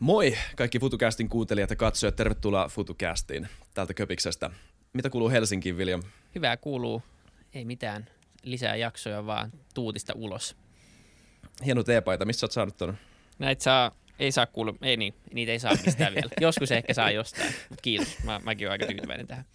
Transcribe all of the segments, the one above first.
Moi kaikki FutuCastin kuuntelijat ja katsojat, tervetuloa FutuCastiin täältä Köpiksestä. Mitä kuuluu Helsinkiin, William? Hyvää kuuluu, ei mitään lisää jaksoja, vaan tuutista ulos. Hieno teepaita, missä oot saanut ton? Niitä ei saa mistään vielä. Joskus ehkä saa jostain, mutta kiitos, mäkin olen aika tyytyväinen tähän.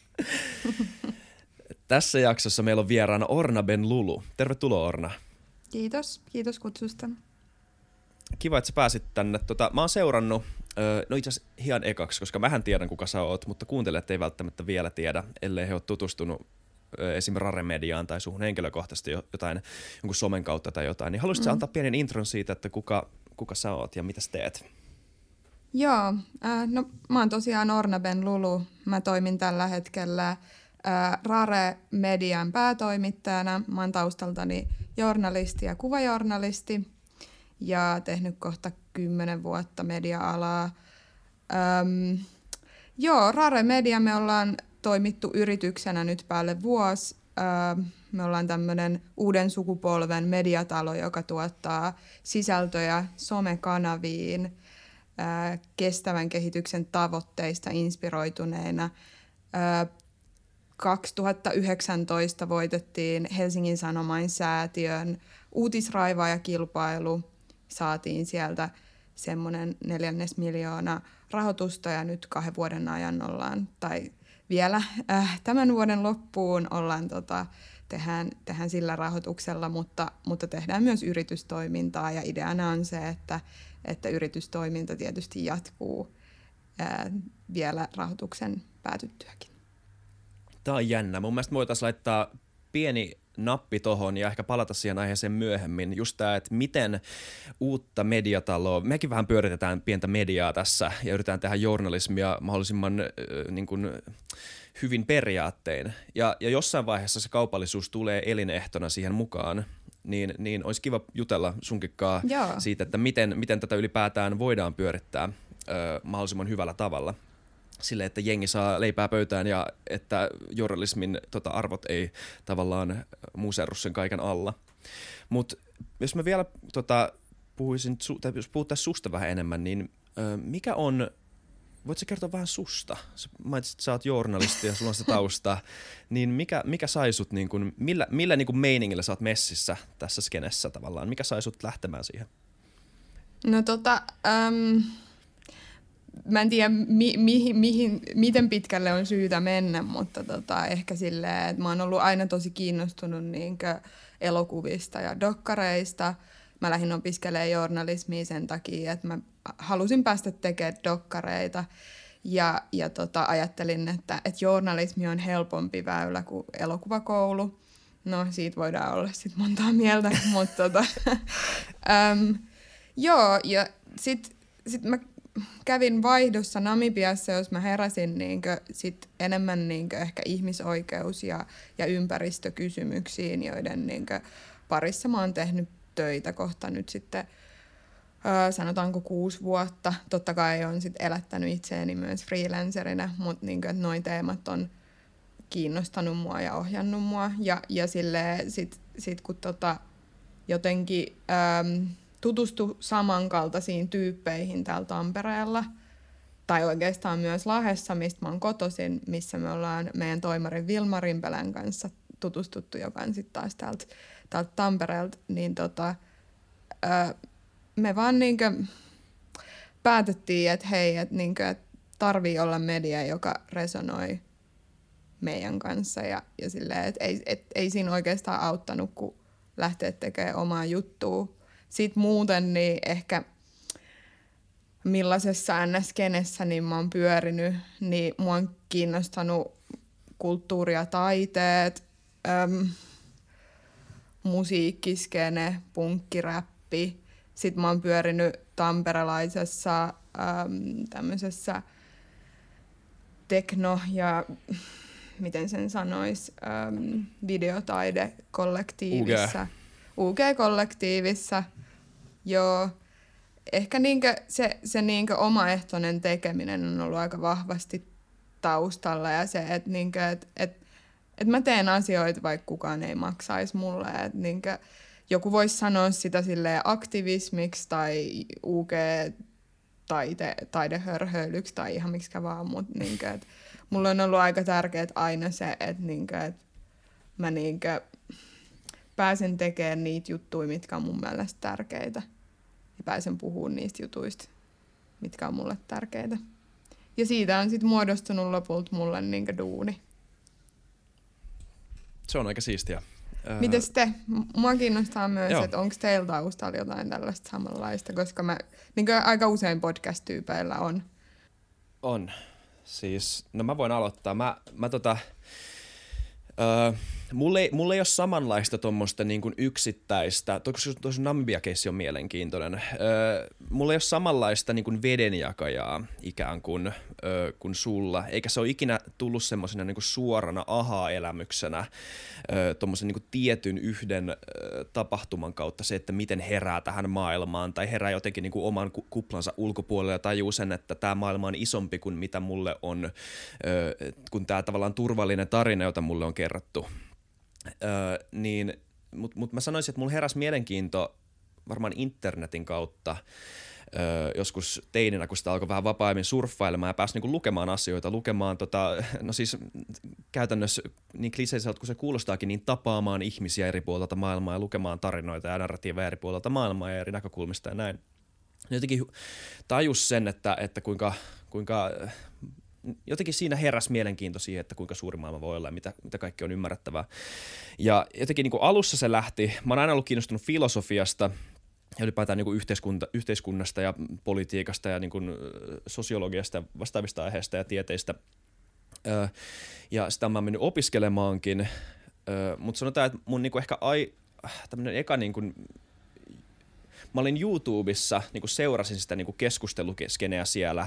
Tässä jaksossa meillä on vieraana Orna Ben-Lulu. Tervetuloa, Orna. Kiitos kutsusta. Kiva, että sä pääsit tänne. Mä oon seurannut, itse asiassa ihan ekaksi, koska mähän tiedän kuka sä oot, mutta kuuntelijat ei välttämättä vielä tiedä, ellei he ole tutustunut esim. Rare-mediaan tai suhun henkilökohtaisesti jotain, jonkun somen kautta tai jotain. Niin haluaisitko sä antaa pienen intron siitä, että kuka sä oot ja mitä sä teet? Joo, no mä oon tosiaan Orna Ben-Lulu. Mä toimin tällä hetkellä Rare-median päätoimittajana. Mä oon taustaltani journalisti ja kuvajournalisti ja tehnyt kohta 10 vuotta media-alaa. Rare Media me ollaan toimittu yrityksenä nyt päälle vuosi. Me ollaan tämmöinen uuden sukupolven mediatalo, joka tuottaa sisältöjä somekanaviin kestävän kehityksen tavoitteista inspiroituneena. 2019 voitettiin Helsingin Sanomain säätiön uutisraivaajakilpailu. Saatiin sieltä semmoinen 4 miljoonaa rahoitusta ja nyt 2 vuoden ajan ollaan, tai vielä tämän vuoden loppuun ollaan tehdään sillä rahoituksella, mutta tehdään myös yritystoimintaa ja ideana on se, että yritystoiminta tietysti jatkuu vielä rahoituksen päätyttyäkin. Tää on jännä. Mun mielestä voitaisiin laittaa pieni nappi tohon ja ehkä palata siihen aiheeseen myöhemmin. Just tää, että miten uutta mediataloa, mekin vähän pyöritetään pientä mediaa tässä ja yritetään tehdä journalismia mahdollisimman hyvin periaattein. Ja jossain vaiheessa se kaupallisuus tulee elinehtona siihen mukaan, niin olisi kiva jutella sunkikkaa siitä, että miten tätä ylipäätään voidaan pyörittää mahdollisimman hyvällä tavalla. Sille, että jengi saa leipää pöytään ja että journalismin arvot ei tavallaan muserru sen kaiken alla. Mutta jos mä vielä jos puhuttaisiin susta vähän enemmän, niin mikä on, voit sä kertoa vähän susta? Sä mainitsit, että sä oot journalisti ja sulla on sitä taustaa, niin mikä sai sut, niin kun, millä niin kun meiningillä sä oot messissä tässä skenessä tavallaan? Mikä sai sut lähtemään siihen? No mä en tiedä, miten pitkälle on syytä mennä, mutta ehkä silleen, että mä oon ollut aina tosi kiinnostunut elokuvista ja dokkareista. Mä lähdin opiskelemaan journalismia sen takia, että mä halusin päästä tekemään dokkareita ja ajattelin, että journalismi on helpompi väylä kuin elokuvakoulu. No, siitä voidaan olla sitten montaa mieltä, mutta ja sit mä kävin vaihdossa Namibiassa, jos mä heräsin sit enemmän ehkä ihmisoikeus- ja ympäristökysymyksiin, joiden parissa mä oon tehnyt töitä kohta nyt sitten sanotaanko 6 vuotta. Totta kai on sit elättänyt itseäni myös freelancerina, mutta noin teemat on kiinnostanut mua ja ohjannut mua. Ja silleen sit kun jotenkin tutustui samankaltaisiin tyyppeihin täällä Tampereella, tai oikeastaan myös Lahdessa, mistä mä oon kotoisin, missä me ollaan meidän toimarin Vilma Rimpelän kanssa tutustuttu, joka on sitten taas täältä Tampereelta, niin me vaan päätettiin, että hei, että tarvii olla media, joka resonoi meidän kanssa, ja silleen, että ei siinä oikeastaan auttanut, kun lähteä tekemään omaa juttua. Sitten muuten niin ehkä millaisessa NS-kenessä niin mä oon pyörinyt, niin mua on kiinnostanut kulttuuri ja taiteet, musiikkiskene, punkkiräppi. Sitten mä oon pyörinyt tamperelaisessa tämmöisessä tekno- ja miten sen sanoisi, videotaidekollektiivissa. UG-kollektiivissa. Joo, ehkä se omaehtoinen tekeminen on ollut aika vahvasti taustalla ja se, että mä teen asioita, vaikka kukaan ei maksaisi mulle. Joku voisi sanoa sitä silleen aktivismiksi tai taidehörhöilyksi tai ihan miksikä vaan, mutta niinkö, että mulla on ollut aika tärkeää aina se, että niinkö, että mä niinkö pääsen tekemään niitä juttuja, mitkä on mun mielestä tärkeitä. Ja pääsen puhumaan niistä jutuista, mitkä on mulle tärkeitä. Ja siitä on sitten muodostunut lopulta mulle niinkö duuni. Se on aika siistiä. Mites te? Mua kiinnostaa myös, että onko teillä taustalla jotain tällaista samanlaista, koska mä, niinkö aika usein podcast-tyypeillä on. On. Siis, no mä voin aloittaa. Mulla ei ole samanlaista tuommoista niin kuin yksittäistä, tuossa Namibia-keissi on mielenkiintoinen, mulla ei ole samanlaista niin kuin vedenjakajaa ikään kuin sulla, eikä se ole ikinä tullut semmoisena niin kuin suorana aha-elämyksenä tuommoisen niin kuin tietyn yhden tapahtuman kautta se, että miten herää tähän maailmaan tai herää jotenkin niin kuin oman kuplansa ulkopuolelle ja tajuu sen, että tämä maailma on isompi kuin mitä mulle on, kun tämä tavallaan turvallinen tarina, jota mulle on kerrottu. Mutta mä sanoisin, että mulla heräsi mielenkiinto varmaan internetin kautta joskus teininä, kun sitä alkoi vähän vapaammin surffailemaan ja pääsi niinku lukemaan asioita, no siis käytännössä niin kliseiseltä kuin se kuulostaakin, niin tapaamaan ihmisiä eri puolilta maailmaa ja lukemaan tarinoita ja narratiiveja eri puolilta maailmaa ja eri näkökulmista ja näin. Jotenkin tajus sen, että kuinka jotenkin siinä heräsi mielenkiinto siihen, että kuinka suuri maailma voi olla ja mitä kaikki on ymmärrettävää. Ja jotenkin niin kuin alussa se lähti, mä oon aina ollut kiinnostunut filosofiasta ja ylipäätään niin kuin yhteiskunnasta ja politiikasta ja niin kuin sosiologiasta ja vastaavista aiheista ja tieteistä. Ja sitä mä oon mennyt opiskelemaankin, mutta sanotaan, että mun niin kuin ehkä tämmönen eka niin kuin, mä olin YouTubessa, niin kuin seurasin sitä niin kuin keskustelukeskeneä siellä,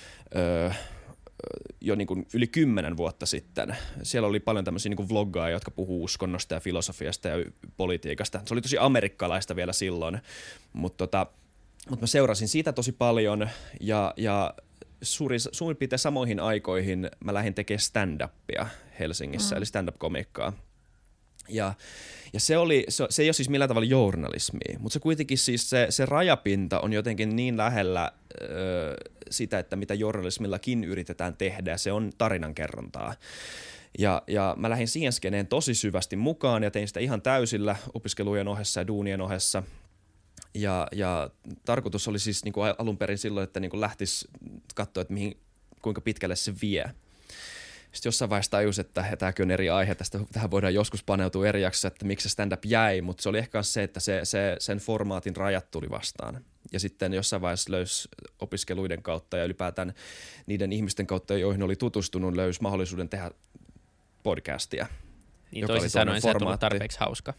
jo niin kuin yli 10 vuotta sitten. Siellä oli paljon tämmöisiä niin kuin vloggaajia, jotka puhuu uskonnosta ja filosofiasta ja politiikasta. Se oli tosi amerikkalaista vielä silloin, mutta mä seurasin siitä tosi paljon ja suurin piirtein samoihin aikoihin mä lähdin tekemään stand-upia Helsingissä, eli stand-up-komikkaa. Ja se ei ole siis millään tavalla journalismia, mutta se kuitenkin siis se rajapinta on jotenkin niin lähellä sitä, että mitä journalismillakin yritetään tehdä, se on tarinankerrontaa. Ja mä lähdin siihen skeneen tosi syvästi mukaan ja tein sitä ihan täysillä opiskelujen ohessa ja duunien ohessa. Ja tarkoitus oli siis niin kuin alun perin silloin, että niin kuin lähtisi katsoa, että kuinka pitkälle se vie. Sitten jossain vaiheessa tajus, että tämäkin on eri aihe, tähän voidaan joskus paneutua eri jaksossa, että miksi se stand-up jäi, mutta se oli ehkä se, että sen formaatin rajat tuli vastaan. Ja sitten jossain vaiheessa löysi opiskeluiden kautta ja ylipäätään niiden ihmisten kautta, joihin oli tutustunut, löysi mahdollisuuden tehdä podcastia. Niin toisin sanoen se ei tullut tarpeeksi hauska.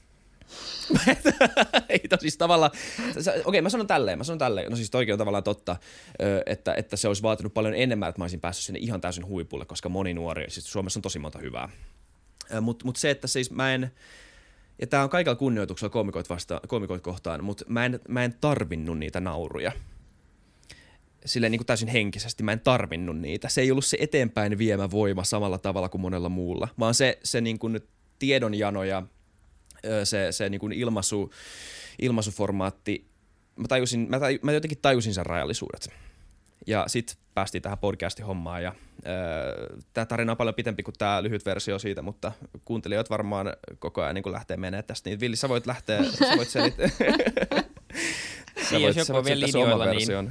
Ei siis tavallaan, okei, mä sanon tälleen, no siis toikin on tavallaan totta, että se olisi vaatinut paljon enemmän, että mä olisin päässyt sinne ihan täysin huipulle, koska moni nuori, siis Suomessa on tosi monta hyvää. Mut se, että siis ja tää on kaikella kunnioituksella koomikoita kohtaan, mutta mä en tarvinnut niitä nauruja. Silleen niin kuin täysin henkisesti, mä en tarvinnut niitä. Se ei ollut se eteenpäin viemä voima samalla tavalla kuin monella muulla, vaan se niin kuin tiedonjano ja se niin kuin ilmaisuformaatti, mä jotenkin tajusin sen rajallisuudet. Ja sit päästiin tähän podcastin-hommaan ja tää tarina on paljon pitempi kuin tää lyhyt versio siitä, mutta kuuntelijat varmaan koko ajan niin kuin lähtee menee tästä. Niin Villi, sä voit selittää. Niin, jos joku on vielä linjoilla,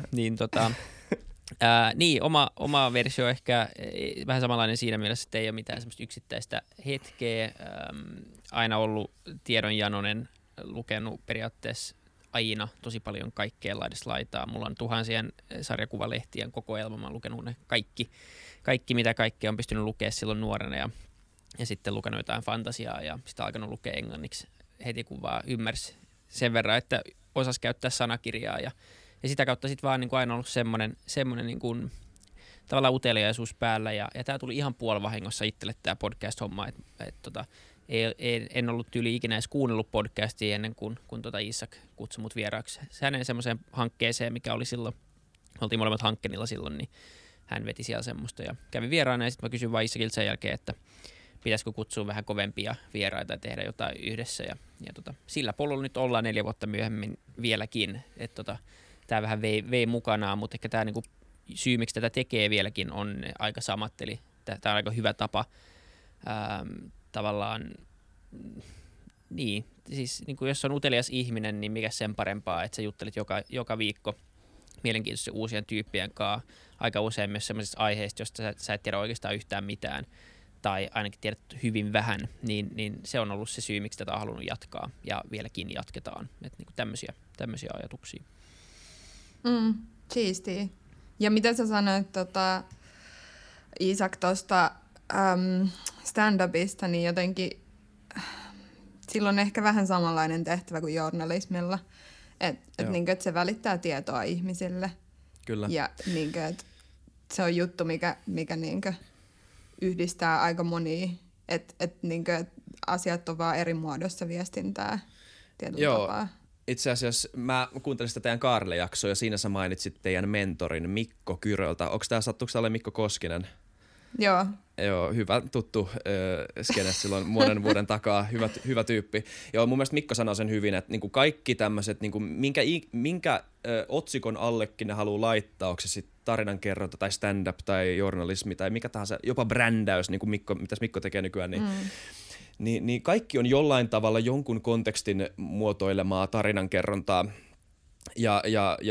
niin oma versio ehkä vähän samanlainen siinä mielessä, että ei ole mitään semmoista yksittäistä hetkeä. Aina ollut tiedonjanonen, lukenut periaatteessa aina tosi paljon kaikkea laidasta laitaa. Mulla on tuhansien sarjakuvalehtien kokoelma, mä oon lukenut ne kaikki mitä kaikkea on pystynyt lukemaan silloin nuorena ja sitten lukenut jotain fantasiaa ja sitten alkanut lukea englanniksi heti kun vaan ymmärsi sen verran, että osasi käyttää sanakirjaa ja sitä kautta sitten vaan niin kuin aina ollut semmoinen niin kuin tavallaan uteliaisuus päällä ja tämä tuli ihan puolivahingossa itselle tämä podcast-homma, että en ollut yli ikinä edes kuunnellut podcastia ennen kuin Isak kutsui mut vieraaksi hänen semmoiseen hankkeeseen, mikä oli silloin, oltiin molemmat hankkeenilla silloin, niin hän veti siellä semmoista ja kävi vieraana ja sitten mä kysyin vaan Isakilta sen jälkeen, että pitäisikö kutsua vähän kovempia vieraita ja tehdä jotain yhdessä ja sillä polulla nyt ollaan 4 vuotta myöhemmin vieläkin, että tämä vähän vei mukanaan, mutta ehkä tämä niinku syy, miksi tätä tekee vieläkin, on aika samat, eli tämä on aika hyvä tapa tavallaan, niin, siis niin kuin jos on utelias ihminen, niin mikä sen parempaa, että sä juttelit joka viikko mielenkiintoisesti uusien tyyppien kanssa, aika usein myös sellaisista aiheista, joista sä et tiedä oikeastaan yhtään mitään, tai ainakin tiedät hyvin vähän, niin se on ollut se syy, miksi tätä on halunnut jatkaa, ja vieläkin jatketaan, että niin kuin tämmöisiä ajatuksia. Siistiä. Ja mitä sä sanoit, Iisak, tuosta stand-upista, niin jotenkin sillä on ehkä vähän samanlainen tehtävä kuin journalismilla, että et se välittää tietoa ihmisille. Kyllä. Ja että se on juttu, mikä yhdistää aika monia, että asiat on vaan eri muodossa viestintää tietyllä tapaa. Itse asiassa mä kuuntelin sitä teidän Kaarle-jaksoa ja siinä sä mainitsit teidän mentorin Mikko Kyröltä. Sattuuko tämä ole Mikko Koskinen? Joo. Joo, hyvä tuttu skene silloin monen vuoden takaa, hyvä tyyppi. Joo, mun mielestä Mikko sanoi sen hyvin, että niinku kaikki tämmöiset, niinku, minkä otsikon allekin ne haluaa laittaa, onko se sitten tarinankerronta tai stand-up tai journalismi tai mikä tahansa, jopa brändäys, niin kuin mitäs Mikko tekee nykyään, niin kaikki on jollain tavalla jonkun kontekstin muotoilemaa tarinankerrontaa. Ja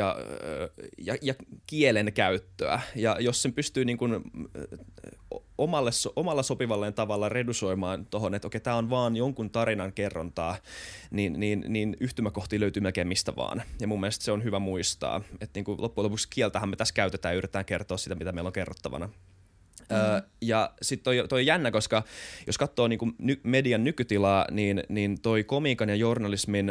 kielen käyttöä. Ja jos sen pystyy niin kuin omalla sopivalleen tavalla redusoimaan tuohon, että okei, tämä on vaan jonkun tarinan kerrontaa, niin yhtymäkohtia löytyy melkein mistä vaan. Ja mun mielestä se on hyvä muistaa, että niin kuin loppujen lopuksi kieltähän me tässä käytetään ja yritetään kertoa sitä, mitä meillä on kerrottavana. Ja sitten toi on jännä, koska jos katsoo niin kuin median nykytilaa, niin toi komiikan ja journalismin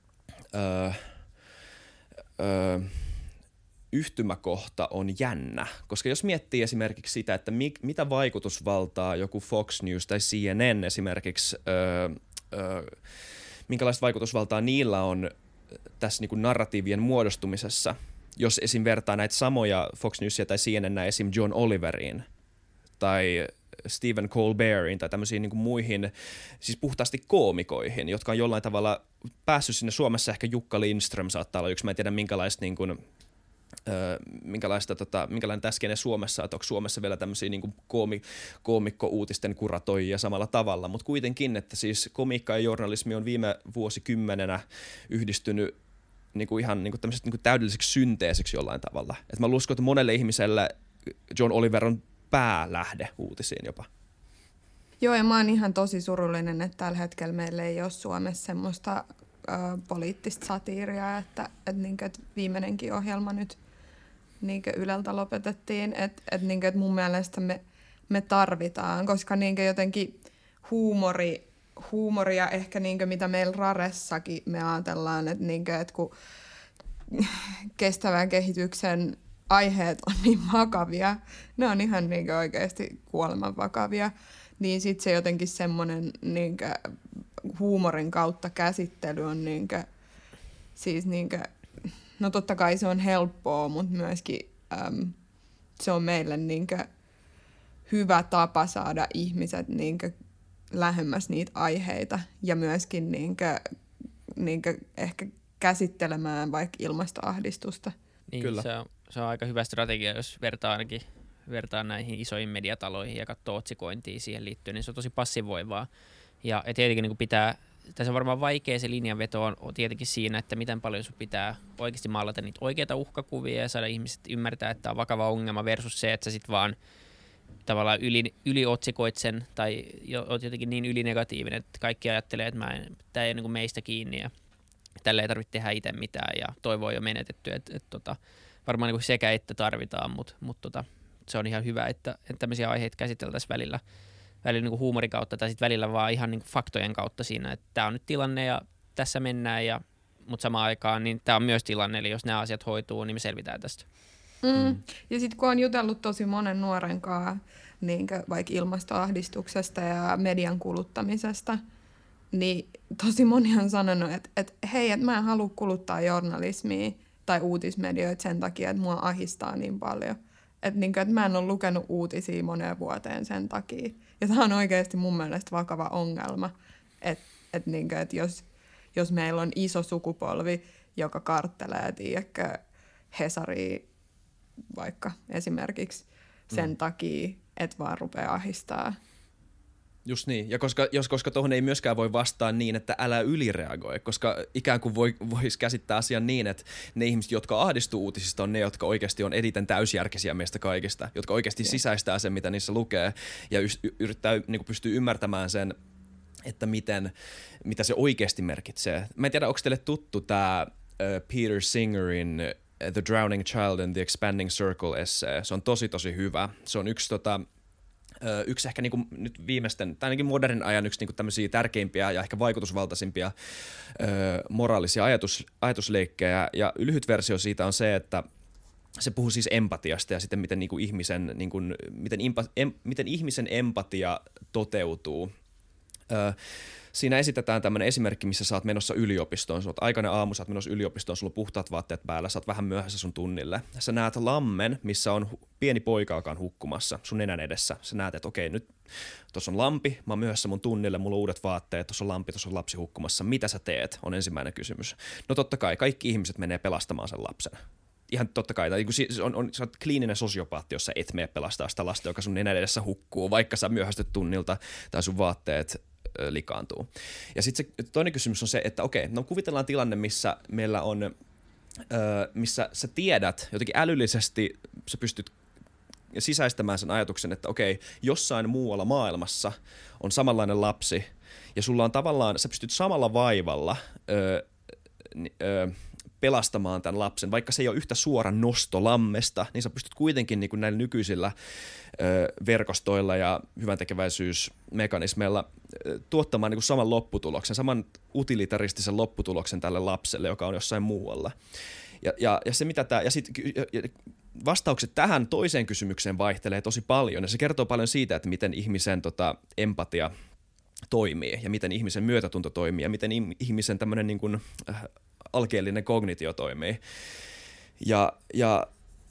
yhtymäkohta on jännä, koska jos miettii esimerkiksi sitä, että mitä vaikutusvaltaa joku Fox News tai CNN esimerkiksi, minkälaista vaikutusvaltaa niillä on tässä niin kuin narratiivien muodostumisessa, jos esim. Vertaa näitä samoja Fox Newsia tai CNN esim. John Oliveriin tai Stephen Colbertin tai tämmöisiin niin kuin muihin, siis puhtaasti koomikoihin, jotka on jollain tavalla päässyt sinne. Suomessa ehkä Jukka Lindström saattaa olla yksi, mä en tiedä minkälaista niin kuin, minkälainen täskenen Suomessa, että onko Suomessa vielä tämmöisiä niin kuin koomikko-uutisten kuratoijia samalla tavalla, mutta kuitenkin, että siis komiikka ja journalismi on viime vuosikymmenenä yhdistynyt niin kuin ihan niin kuin tämmöiseksi niin kuin täydelliseksi synteesiksi jollain tavalla. Et mä uskon, että monelle ihmiselle John Oliver on päälähde uutisiin jopa. Joo, ja mä oon ihan tosi surullinen, että tällä hetkellä meillä ei ole Suomessa semmoista poliittista satiiria, että viimeinenkin ohjelma nyt Yleltä lopetettiin, että mun mielestä me tarvitaan, koska jotenkin huumoria ehkä mitä meillä Raressakin me ajatellaan, että kun kestävän kehityksen aiheet on niin vakavia, ne on ihan oikeasti kuoleman vakavia, niin sitten se jotenkin semmoinen huumorin kautta käsittely on siis no totta kai se on helppoa, mutta myöskin se on meille hyvä tapa saada ihmiset lähemmäs niitä aiheita ja myöskin ehkä käsittelemään vaikka ilmastoahdistusta. Niin, kyllä. Se on aika hyvä strategia, jos vertaa näihin isoihin mediataloihin ja katsoo otsikointia siihen liittyen, niin se on tosi passivoivaa. Ja tietenkin niin pitää, tässä on varmaan vaikea se linjanveto on tietenkin siinä, että miten paljon sun pitää oikeasti maalata niitä oikeita uhkakuvia ja saada ihmiset ymmärtää, että tämä on vakava ongelma versus se, että sä sit vaan tavallaan yliotsikoit sen tai oot jotenkin niin ylinegatiivinen, että kaikki ajattelee, että tämä ei ole niin meistä kiinni ja tällä ei tarvitse tehdä itse mitään ja toivo on jo menetetty. Varmaan niin sekä että tarvitaan, mutta se on ihan hyvä, että tämmöisiä aiheita käsiteltäisiin välillä niin kuin huumorin kautta tai sitten välillä vaan ihan niin kuin faktojen kautta siinä, että tämä on nyt tilanne ja tässä mennään, mutta samaan aikaan niin tämä on myös tilanne, eli jos nämä asiat hoituu, niin me selvitään tästä. Ja sitten kun on jutellut tosi monen nuoren kanssa, niin vaikka ilmastoahdistuksesta ja median kuluttamisesta, niin tosi moni on sanonut, että hei, että mä en halua kuluttaa journalismia tai uutismedioita sen takia, että mua ahistaa niin paljon. Että mä en ole lukenut uutisia moneen vuoteen sen takia. Ja tämä on oikeasti mun mielestä vakava ongelma, että jos meillä on iso sukupolvi, joka karttelee, tiedätkö, Hesaria vaikka esimerkiksi sen takia, että vaan rupeaa ahdistaa. Just niin, ja koska tuohon ei myöskään voi vastaa niin, että älä ylireagoi, koska ikään kuin voisi käsittää asian niin, että ne ihmiset, jotka ahdistuu uutisista, on ne, jotka oikeasti on eniten täysjärkisiä meistä kaikista, jotka oikeasti sisäistää sen, mitä niissä lukee, ja yrittää niin kuin pystyy ymmärtämään sen, että mitä se oikeasti merkitsee. Mä en tiedä, onko teille tuttu tämä Peter Singerin The Drowning Child and the Expanding Circle essay. Se on tosi hyvä. Se on yksi ehkä niinku nyt viimeisten, tai ainakin modernin ajan yksi niinku tämmöisiä tärkeimpiä ja ehkä vaikutusvaltaisimpia moraalisia ajatusleikkejä. Ja lyhyt versio siitä on se, että se puhuu siis empatiasta ja sitten miten niinku miten ihmisen empatia toteutuu. Siinä esitetään tämmöinen esimerkki, missä sä oot menossa yliopistoon. Sä oot aikainen aamu, sä oot menossa yliopistoon, sulla on puhtaat vaatteet päällä, sä oot vähän myöhässä sun tunnille. Sä näet lammen, missä on pieni poika, joka on hukkumassa sun nenän edessä. Sä näet, että okei, nyt tuossa on lampi, mä oon myöhässä mun tunnille, mulla on uudet vaatteet, tuossa on lampi, tuossa on lapsi hukkumassa. Mitä sä teet, on ensimmäinen kysymys. No totta kai, kaikki ihmiset menee pelastamaan sen lapsen. Ihan totta kai, sä oot kliininen sosiopaatti, jos sä et mene pelastaa sitä lasta, joka sun nenän edessä hukkuu, vaikka sä myöhästyt tunnilta tai sun vaatteet likaantuu. Ja sitten se toinen kysymys on se, että okei, no kuvitellaan tilanne, missä meillä on, missä sä tiedät jotenkin älyllisesti, sä pystyt sisäistämään sen ajatuksen, että okei, jossain muualla maailmassa on samanlainen lapsi, ja sulla on tavallaan, sä pystyt samalla vaivalla pelastamaan tämän lapsen, vaikka se ei ole yhtä suora nosto lammesta, niin sä pystyt kuitenkin niin kuin näillä nykyisillä verkostoilla ja hyväntekeväisyysmekanismeilla tuottamaan niin kuin saman lopputuloksen, saman utilitaristisen lopputuloksen tälle lapselle, joka on jossain muualla. Ja se mitä vastaukset tähän toiseen kysymykseen vaihtelee tosi paljon, ja se kertoo paljon siitä, että miten ihmisen empatia toimii ja miten ihmisen myötätunto toimii ja miten ihmisen tämmöinen niin kuin alkeellinen kognitio toimii. Ja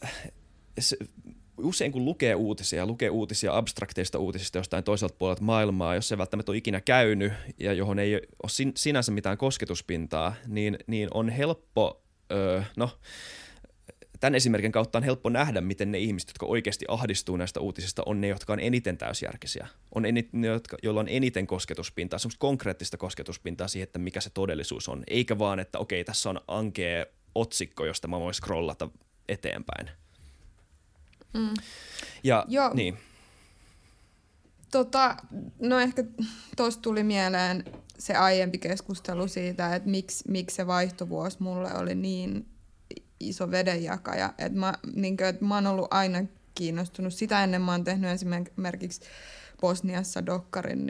usein kun lukee uutisia abstrakteista uutisista jostain toiselta puolelta maailmaa, jos se välttämättä ole ikinä käynyt ja johon ei ole sinänsä mitään kosketuspintaa, niin on helppo, tämän esimerkin kautta on helppo nähdä, miten ne ihmiset, jotka oikeasti ahdistuu näistä uutisista, on ne, jotka on eniten täysjärkisiä. Ne, joilla on eniten kosketuspintaa, semmoista konkreettista kosketuspintaa siihen, että mikä se todellisuus on. Eikä vaan, että okei, tässä on ankea otsikko, josta mä voin scrollata eteenpäin. Ja joo. Niin. No ehkä tuossa tuli mieleen se aiempi keskustelu siitä, että miksi se vaihtovuosi mulle oli niin iso vedenjakaja. Että mä oon ollut aina kiinnostunut. Sitä ennen mä oon tehnyt esimerkiksi Bosniassa dokkarin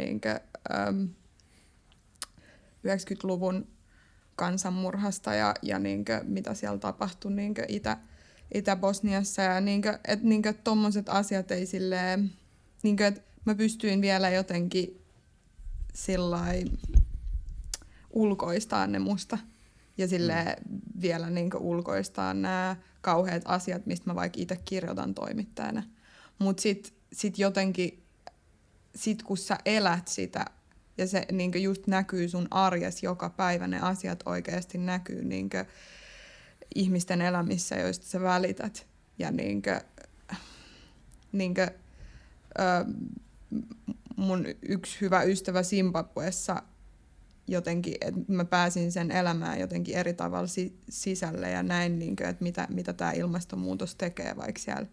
90-luvun kansanmurhasta ja mitä siellä tapahtui Itä-Bosniassa. Ja että tommoset asiat ei silleen, että mä pystyin vielä jotenkin sillai ulkoistaa ne musta. Ja silleen vielä ulkoistaa nämä kauheat asiat, mistä mä vaikka itse kirjoitan toimittajana. Mutta sit jotenkin, kun sä elät sitä, ja se just näkyy sun arjes joka päivä, ne asiat oikeasti näkyy ihmisten elämissä, joista sä välität. Ja mun yksi hyvä ystävä Zimbabwessa jotenkin, että mä pääsin sen elämään jotenkin eri tavalla sisälle ja näin, että mitä tämä ilmastonmuutos tekee vaikka siellä.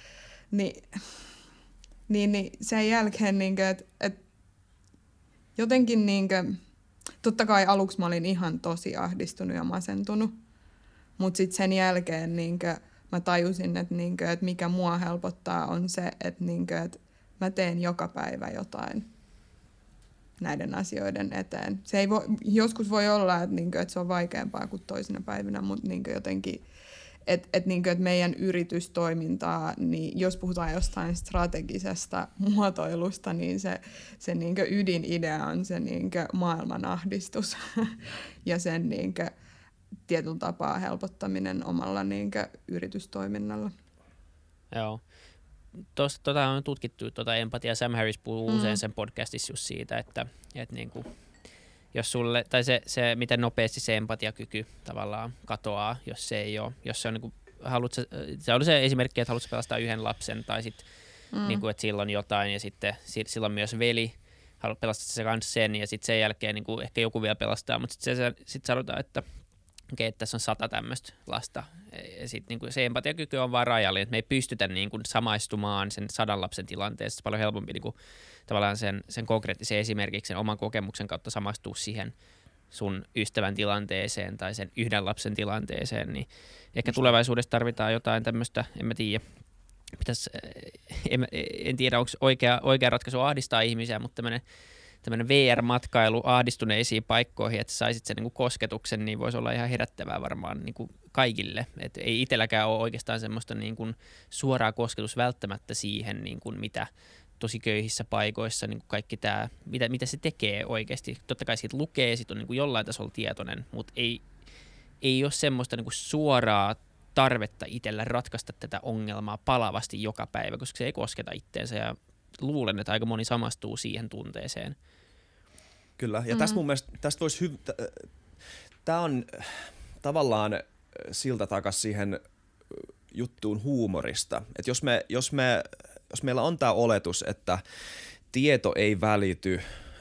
Niin sen jälkeen, että jotenkin, totta kai aluksi mä olin ihan tosi ahdistunut ja masentunut, mutta sitten sen jälkeen mä tajusin, että mikä mua helpottaa on se, että mä teen joka päivä jotain näiden asioiden eteen. Se ei joskus voi olla, että se on vaikeampaa kuin toisina päivinä, mutta jotenkin, että meidän yritystoimintaa, niin jos puhutaan jostain strategisesta muotoilusta, niin se ydinidea on se maailmanahdistus ja sen tietyllä tapaa helpottaminen omalla yritystoiminnalla. Joo. Tota on tutkittu empatiaa. Sam Harris puhuu usein sen podcastissa just siitä, että niinku, jos sulle, tai se miten nopeasti se empatiakyky tavallaan katoaa, jos se ei ole, jos se on niinku se oli se esimerkki, että haluatko pelastaa yhden lapsen tai sitten niin että sillä on jotain ja sitten sillä on myös veli, haluat pelastaa se kanssa sen ja sitten sen jälkeen niin kuin ehkä joku vielä pelastaa, mutta sitten sanotaan, että okei, että tässä on 100 tämmöistä lasta ja sitten niin se empatiakyky on vaan rajallinen, että me ei pystytä niin kuin samaistumaan sen 100 lapsen tilanteessa, paljon helpompi niin kuin tavallaan sen konkreettisen esimerkiksi sen oman kokemuksen kautta samaistua siihen sun ystävän tilanteeseen tai sen yhden lapsen tilanteeseen, niin ehkä tulevaisuudessa tarvitaan jotain tämmöistä, en mä tiedä. En tiedä, onko oikea ratkaisu ahdistaa ihmisiä, mutta tämmöinen VR-matkailu ahdistuneisiin paikkoihin, että saisit sen niin kuin kosketuksen, niin voisi olla ihan herättävää varmaan niin kuin kaikille. Et ei itselläkään ole oikeastaan semmoista niin kuin suoraa kosketus välttämättä siihen, niin kuin mitä tosi köyhissä paikoissa niin kuin kaikki tämä, mitä se tekee oikeasti. Totta kai siitä lukee, siitä on niin kuin jollain tasolla tietoinen, mutta ei ole semmoista niin kuin suoraa tarvetta itsellä ratkaista tätä ongelmaa palavasti joka päivä, koska se ei kosketa itteensä ja luulen, että aika moni samastuu siihen tunteeseen. Kyllä, ja tästä mun mielestä, tämä on tavallaan silta takas siihen juttuun huumorista. Että jos meillä on tämä oletus, että tieto ei välity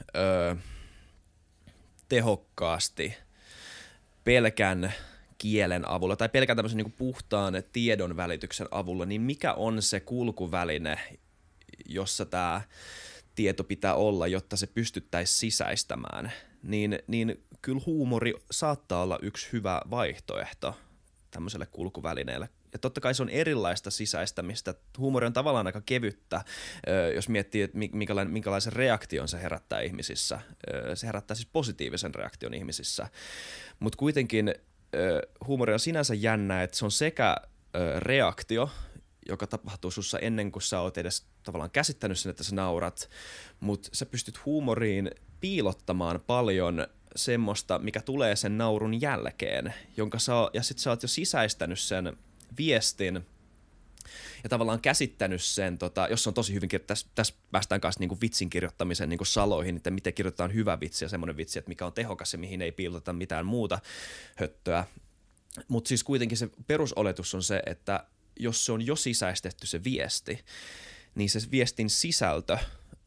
tehokkaasti pelkän kielen avulla tai pelkän tämmöisen niin kuin puhtaan tiedon välityksen avulla, niin mikä on se kulkuväline, jossa tämä tieto pitää olla, jotta se pystyttäisiin sisäistämään, niin kyllä huumori saattaa olla yksi hyvä vaihtoehto tämmöiselle kulkuvälineelle. Ja totta kai se on erilaista sisäistämistä. Huumori on tavallaan aika kevyttä, jos miettii, että minkälaisen reaktion se herättää ihmisissä. Se herättää siis positiivisen reaktion ihmisissä. Mutta kuitenkin huumori on sinänsä jännä, että se on sekä reaktio, joka tapahtuu sussa ennen kuin sä oot edes tavallaan käsittänyt sen, että sä naurat, mutta sä pystyt huumoriin piilottamaan paljon semmoista, mikä tulee sen naurun jälkeen, ja sit sä oot jo sisäistänyt sen viestin ja tavallaan käsittänyt sen, jos on tosi hyvin, tässä päästään kanssa niinku vitsin kirjoittamisen niinku saloihin, että miten kirjoitetaan hyvä vitsi ja semmoinen vitsi, että mikä on tehokas ja mihin ei piilota mitään muuta höttöä. Mutta siis kuitenkin se perusoletus on se, että jos se on jo sisäistetty se viesti, niin se viestin sisältö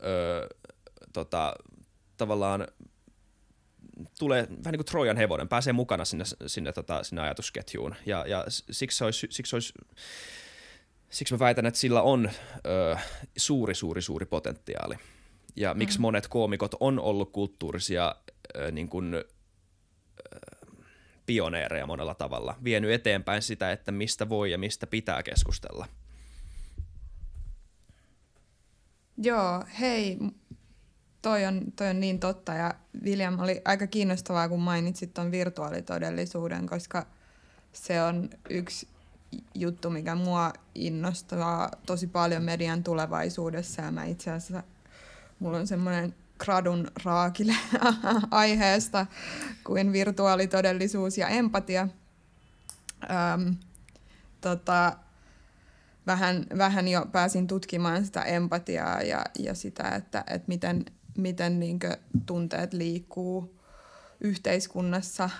tavallaan tulee vähän niin kuin Trojan hevonen, pääsee mukana sinne ajatusketjuun. Ja siksi mä väitän, että sillä on suuri potentiaali. Ja miksi monet koomikot on ollut kulttuurisia niin kuin, pioneereja monella tavalla, vienyt eteenpäin sitä, että mistä voi ja mistä pitää keskustella. Joo, hei, toi on niin totta, ja William, oli aika kiinnostavaa, kun mainitsit ton virtuaalitodellisuuden, koska se on yksi juttu, mikä mua innostaa tosi paljon median tulevaisuudessa, ja mä itse asiassa, mulla on semmoinen gradun raakile aiheesta kuin virtuaalitodellisuus ja empatia. Vähän jo pääsin tutkimaan sitä empatiaa ja sitä, että miten niinkö tunteet liikkuu yhteiskunnassa.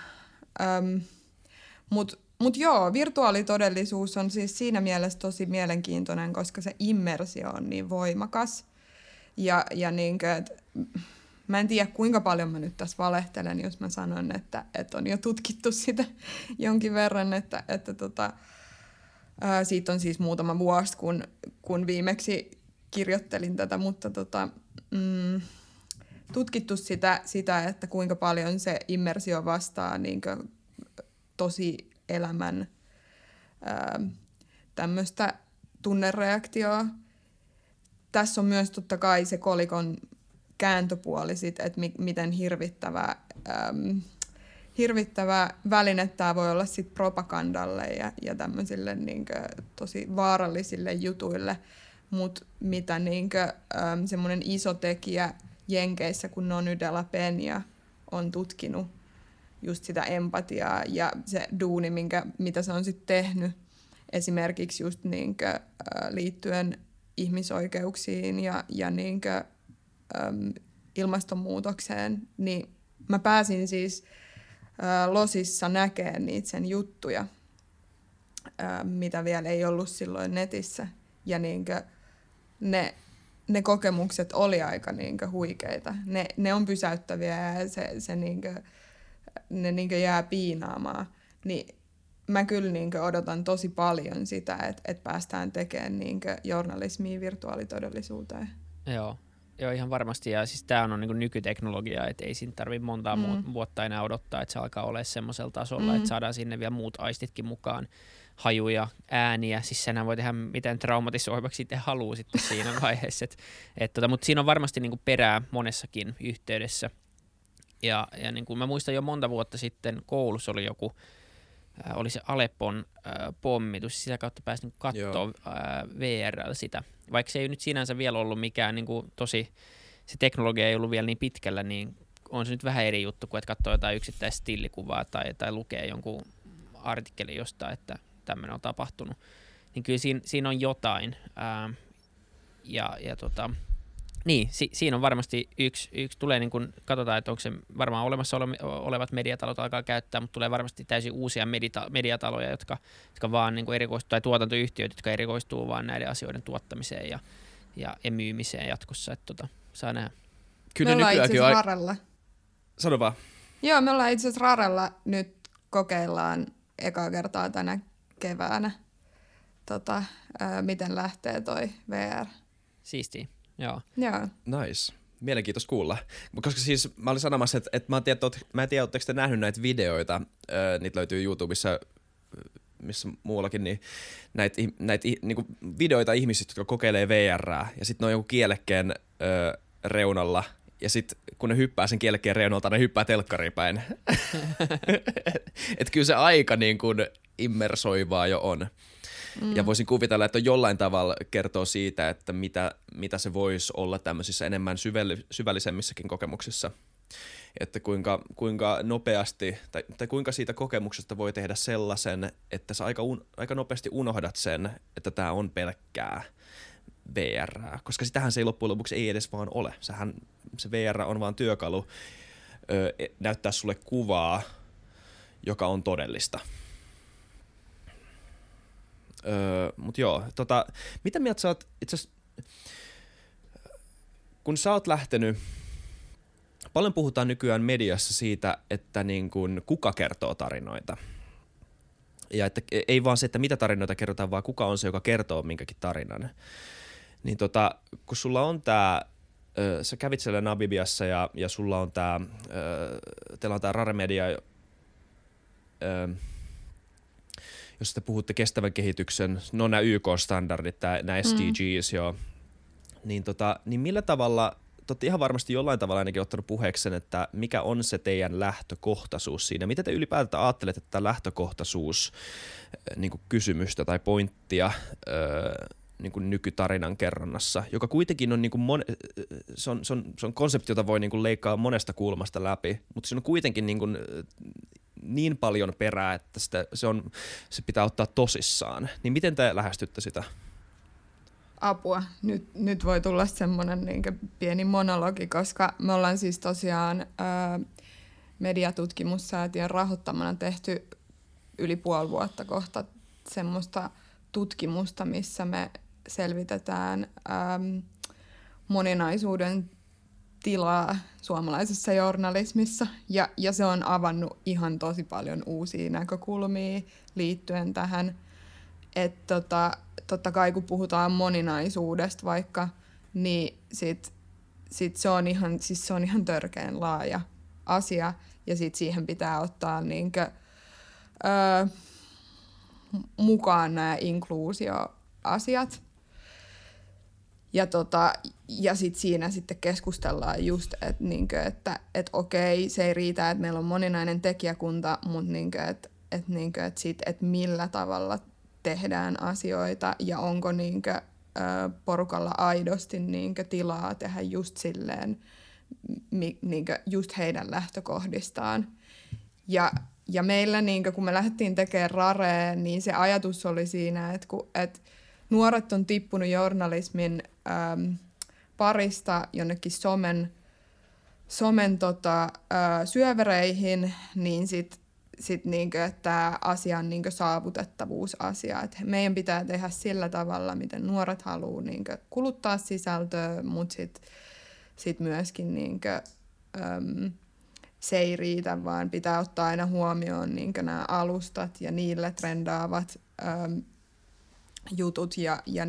Mut joo, virtuaalitodellisuus on siis siinä mielessä tosi mielenkiintoinen, koska se immersio on niin voimakas. Ja niinkö, mä en tiedä kuinka paljon mä nyt tässä valehtelen, jos mä sanon, että on jo tutkittu sitä jonkin verran, että siitä on siis muutama vuosi, kun viimeksi kirjoittelin tätä, mutta tutkittu sitä, että kuinka paljon se immersio vastaa niinkö tosi elämän tämmöistä tunnereaktioa. Tässä on myös totta kai se kolikon kääntöpuoli, että miten hirvittävä väline tämä voi olla sit propagandalle ja tämmöisille niinkö tosi vaarallisille jutuille, mutta mitä niinkö semmoinen iso tekijä Jenkeissä, kun Nony de la Peña on tutkinut just sitä empatiaa ja se duuni, mitä se on sitten tehnyt esimerkiksi just niinkö liittyen ihmisoikeuksiin ja niinkö ilmastonmuutokseen, niin mä pääsin siis Losissa näkemään niitä sen juttuja. mitä vielä ei ollut silloin netissä. Ja niinkö ne kokemukset oli aika niinkö huikeita. Ne on pysäyttäviä ja se niinkö, ne niinkö jää piinaamaan. Niin mä kyllä niinkö odotan tosi paljon sitä, että päästään tekemään niinkö journalismia virtuaalitodellisuuteen. Joo, ihan varmasti. Ja siis tää on niin nykyteknologiaa, että ei siinä tarvitse montaa vuotta enää odottaa, että se alkaa olla semmoisella tasolla, että saadaan sinne vielä muut aistitkin mukaan, hajuja, ääniä. Siis senhän voi tehdä miten traumatisoivaksi sitten haluaa sitten siinä vaiheessa. Mutta siinä on varmasti niin kuin perää monessakin yhteydessä. Ja niin kuin mä muistan jo monta vuotta sitten koulussa oli joku, oli se Aleppon pommitus, sitä kautta pääsi niin katsoa VR:llä sitä. Vaikka se ei nyt sinänsä vielä ollut mikään niin kuin se teknologia ei ollut vielä niin pitkällä, niin on se nyt vähän eri juttu kuin, että katsoo jotain yksittäistä stillikuvaa tai lukee jonkun artikkelin jostain, että tämmöinen on tapahtunut. Niin kyllä siinä on jotain. Niin, siinä on varmasti yksi tulee niin kuin, katsotaan, että onko se varmaan olemassa olevat mediatalot alkaa käyttää, mutta tulee varmasti täysin uusia mediataloja, jotka vaan niin kuin erikoistuu, tai tuotantoyhtiöt, jotka erikoistuu vaan näiden asioiden tuottamiseen ja myymiseen jatkossa, että saa nähdä. Kyllä me ollaan itse asiassa Rarella. Sano vaan. Joo, me ollaan itse asiassa Rarella nyt kokeillaan ekaa kertaa tänä keväänä, miten lähtee toi VR. Siistiä. Joo. Nice. Mielenkiintoista kuulla. Koska siis mä olin sanomassa, että mä en tiedä, oletteko te nähnyt näitä videoita, niitä löytyy YouTubessa, missä muuallakin, niin näitä niinku videoita ihmisistä, jotka kokeilee VR:ää, ja sitten ne on joku kielekkeen reunalla, ja sitten kun ne hyppää sen kielekkeen reunalta, ne hyppää telkkariin päin. Et kyllä se aika niin kuin immersoivaa jo on. Ja voisin kuvitella, että jollain tavalla kertoo siitä, että mitä se voisi olla tämmöisissä enemmän syvällisemmissäkin kokemuksissa. Että kuinka nopeasti tai kuinka siitä kokemuksesta voi tehdä sellaisen, että sä aika nopeasti unohdat sen, että tämä on pelkkää VR. Koska sitähän se ei loppujen lopuksi ei edes vaan ole. Se VR on vaan työkalu näyttää sulle kuvaa, joka on todellista. Mutta joo, mitä mieltä sä oot itse asiassa, kun sä oot lähtenyt, paljon puhutaan nykyään mediassa siitä, että niin kun kuka kertoo tarinoita. Ja että ei vaan se, että mitä tarinoita kerrotaan, vaan kuka on se, joka kertoo minkäkin tarinan. Niin kun sulla on sä kävit siellä Namibiassa ja sulla on teillä on Rare Media, jos te puhutte kestävän kehityksen, nämä YK-standardit, nämä SDGs, joo, niin millä tavalla, te olette ihan varmasti jollain tavalla ainakin ottanut puheeksi sen, että mikä on se teidän lähtökohtaisuus siinä? Miten te ylipäätään ajattelette, että tämä lähtökohtaisuus niin kuin kysymystä tai pointtia niin kuin nykytarinan kerronnassa, joka kuitenkin on, niin kuin se on konsepti, jota voi niin kuin leikkaa monesta kulmasta läpi, mutta se on kuitenkin niin paljon perää, että se pitää ottaa tosissaan. Niin miten te lähestytte sitä? Apua. Nyt voi tulla semmoinen pieni monologi, koska me ollaan siis tosiaan mediatutkimussäätiön rahoittamana tehty yli puoli vuotta kohta semmoista tutkimusta, missä me selvitetään moninaisuuden tilaa suomalaisessa journalismissa ja se on avannut ihan tosi paljon uusia näkökulmia liittyen tähän, että totta kai kun puhutaan moninaisuudesta vaikka, niin sit se on ihan törkeän laaja asia ja sit siihen pitää ottaa mukaan nämä inkluusioasiat. Ja sitten siinä sitten keskustellaan just, että okei, se ei riitä, että meillä on moninainen tekijäkunta, mutta että millä tavalla tehdään asioita ja onko porukalla aidosti tilaa tehdä just silleen, just heidän lähtökohdistaan. Ja meillä, kun me lähdettiin tekemään Rareen, niin se ajatus oli siinä, että nuoret on tippunut journalismin parista jonnekin somen syövereihin, niin sit niinku, että tämä asia on niinku saavutettavuusasia. Et meidän pitää tehdä sillä tavalla, miten nuoret haluaa niinku kuluttaa sisältöä, mutta sit myöskin niinku, se ei riitä, vaan pitää ottaa aina huomioon niinku nämä alustat ja niille trendaavat jutut ja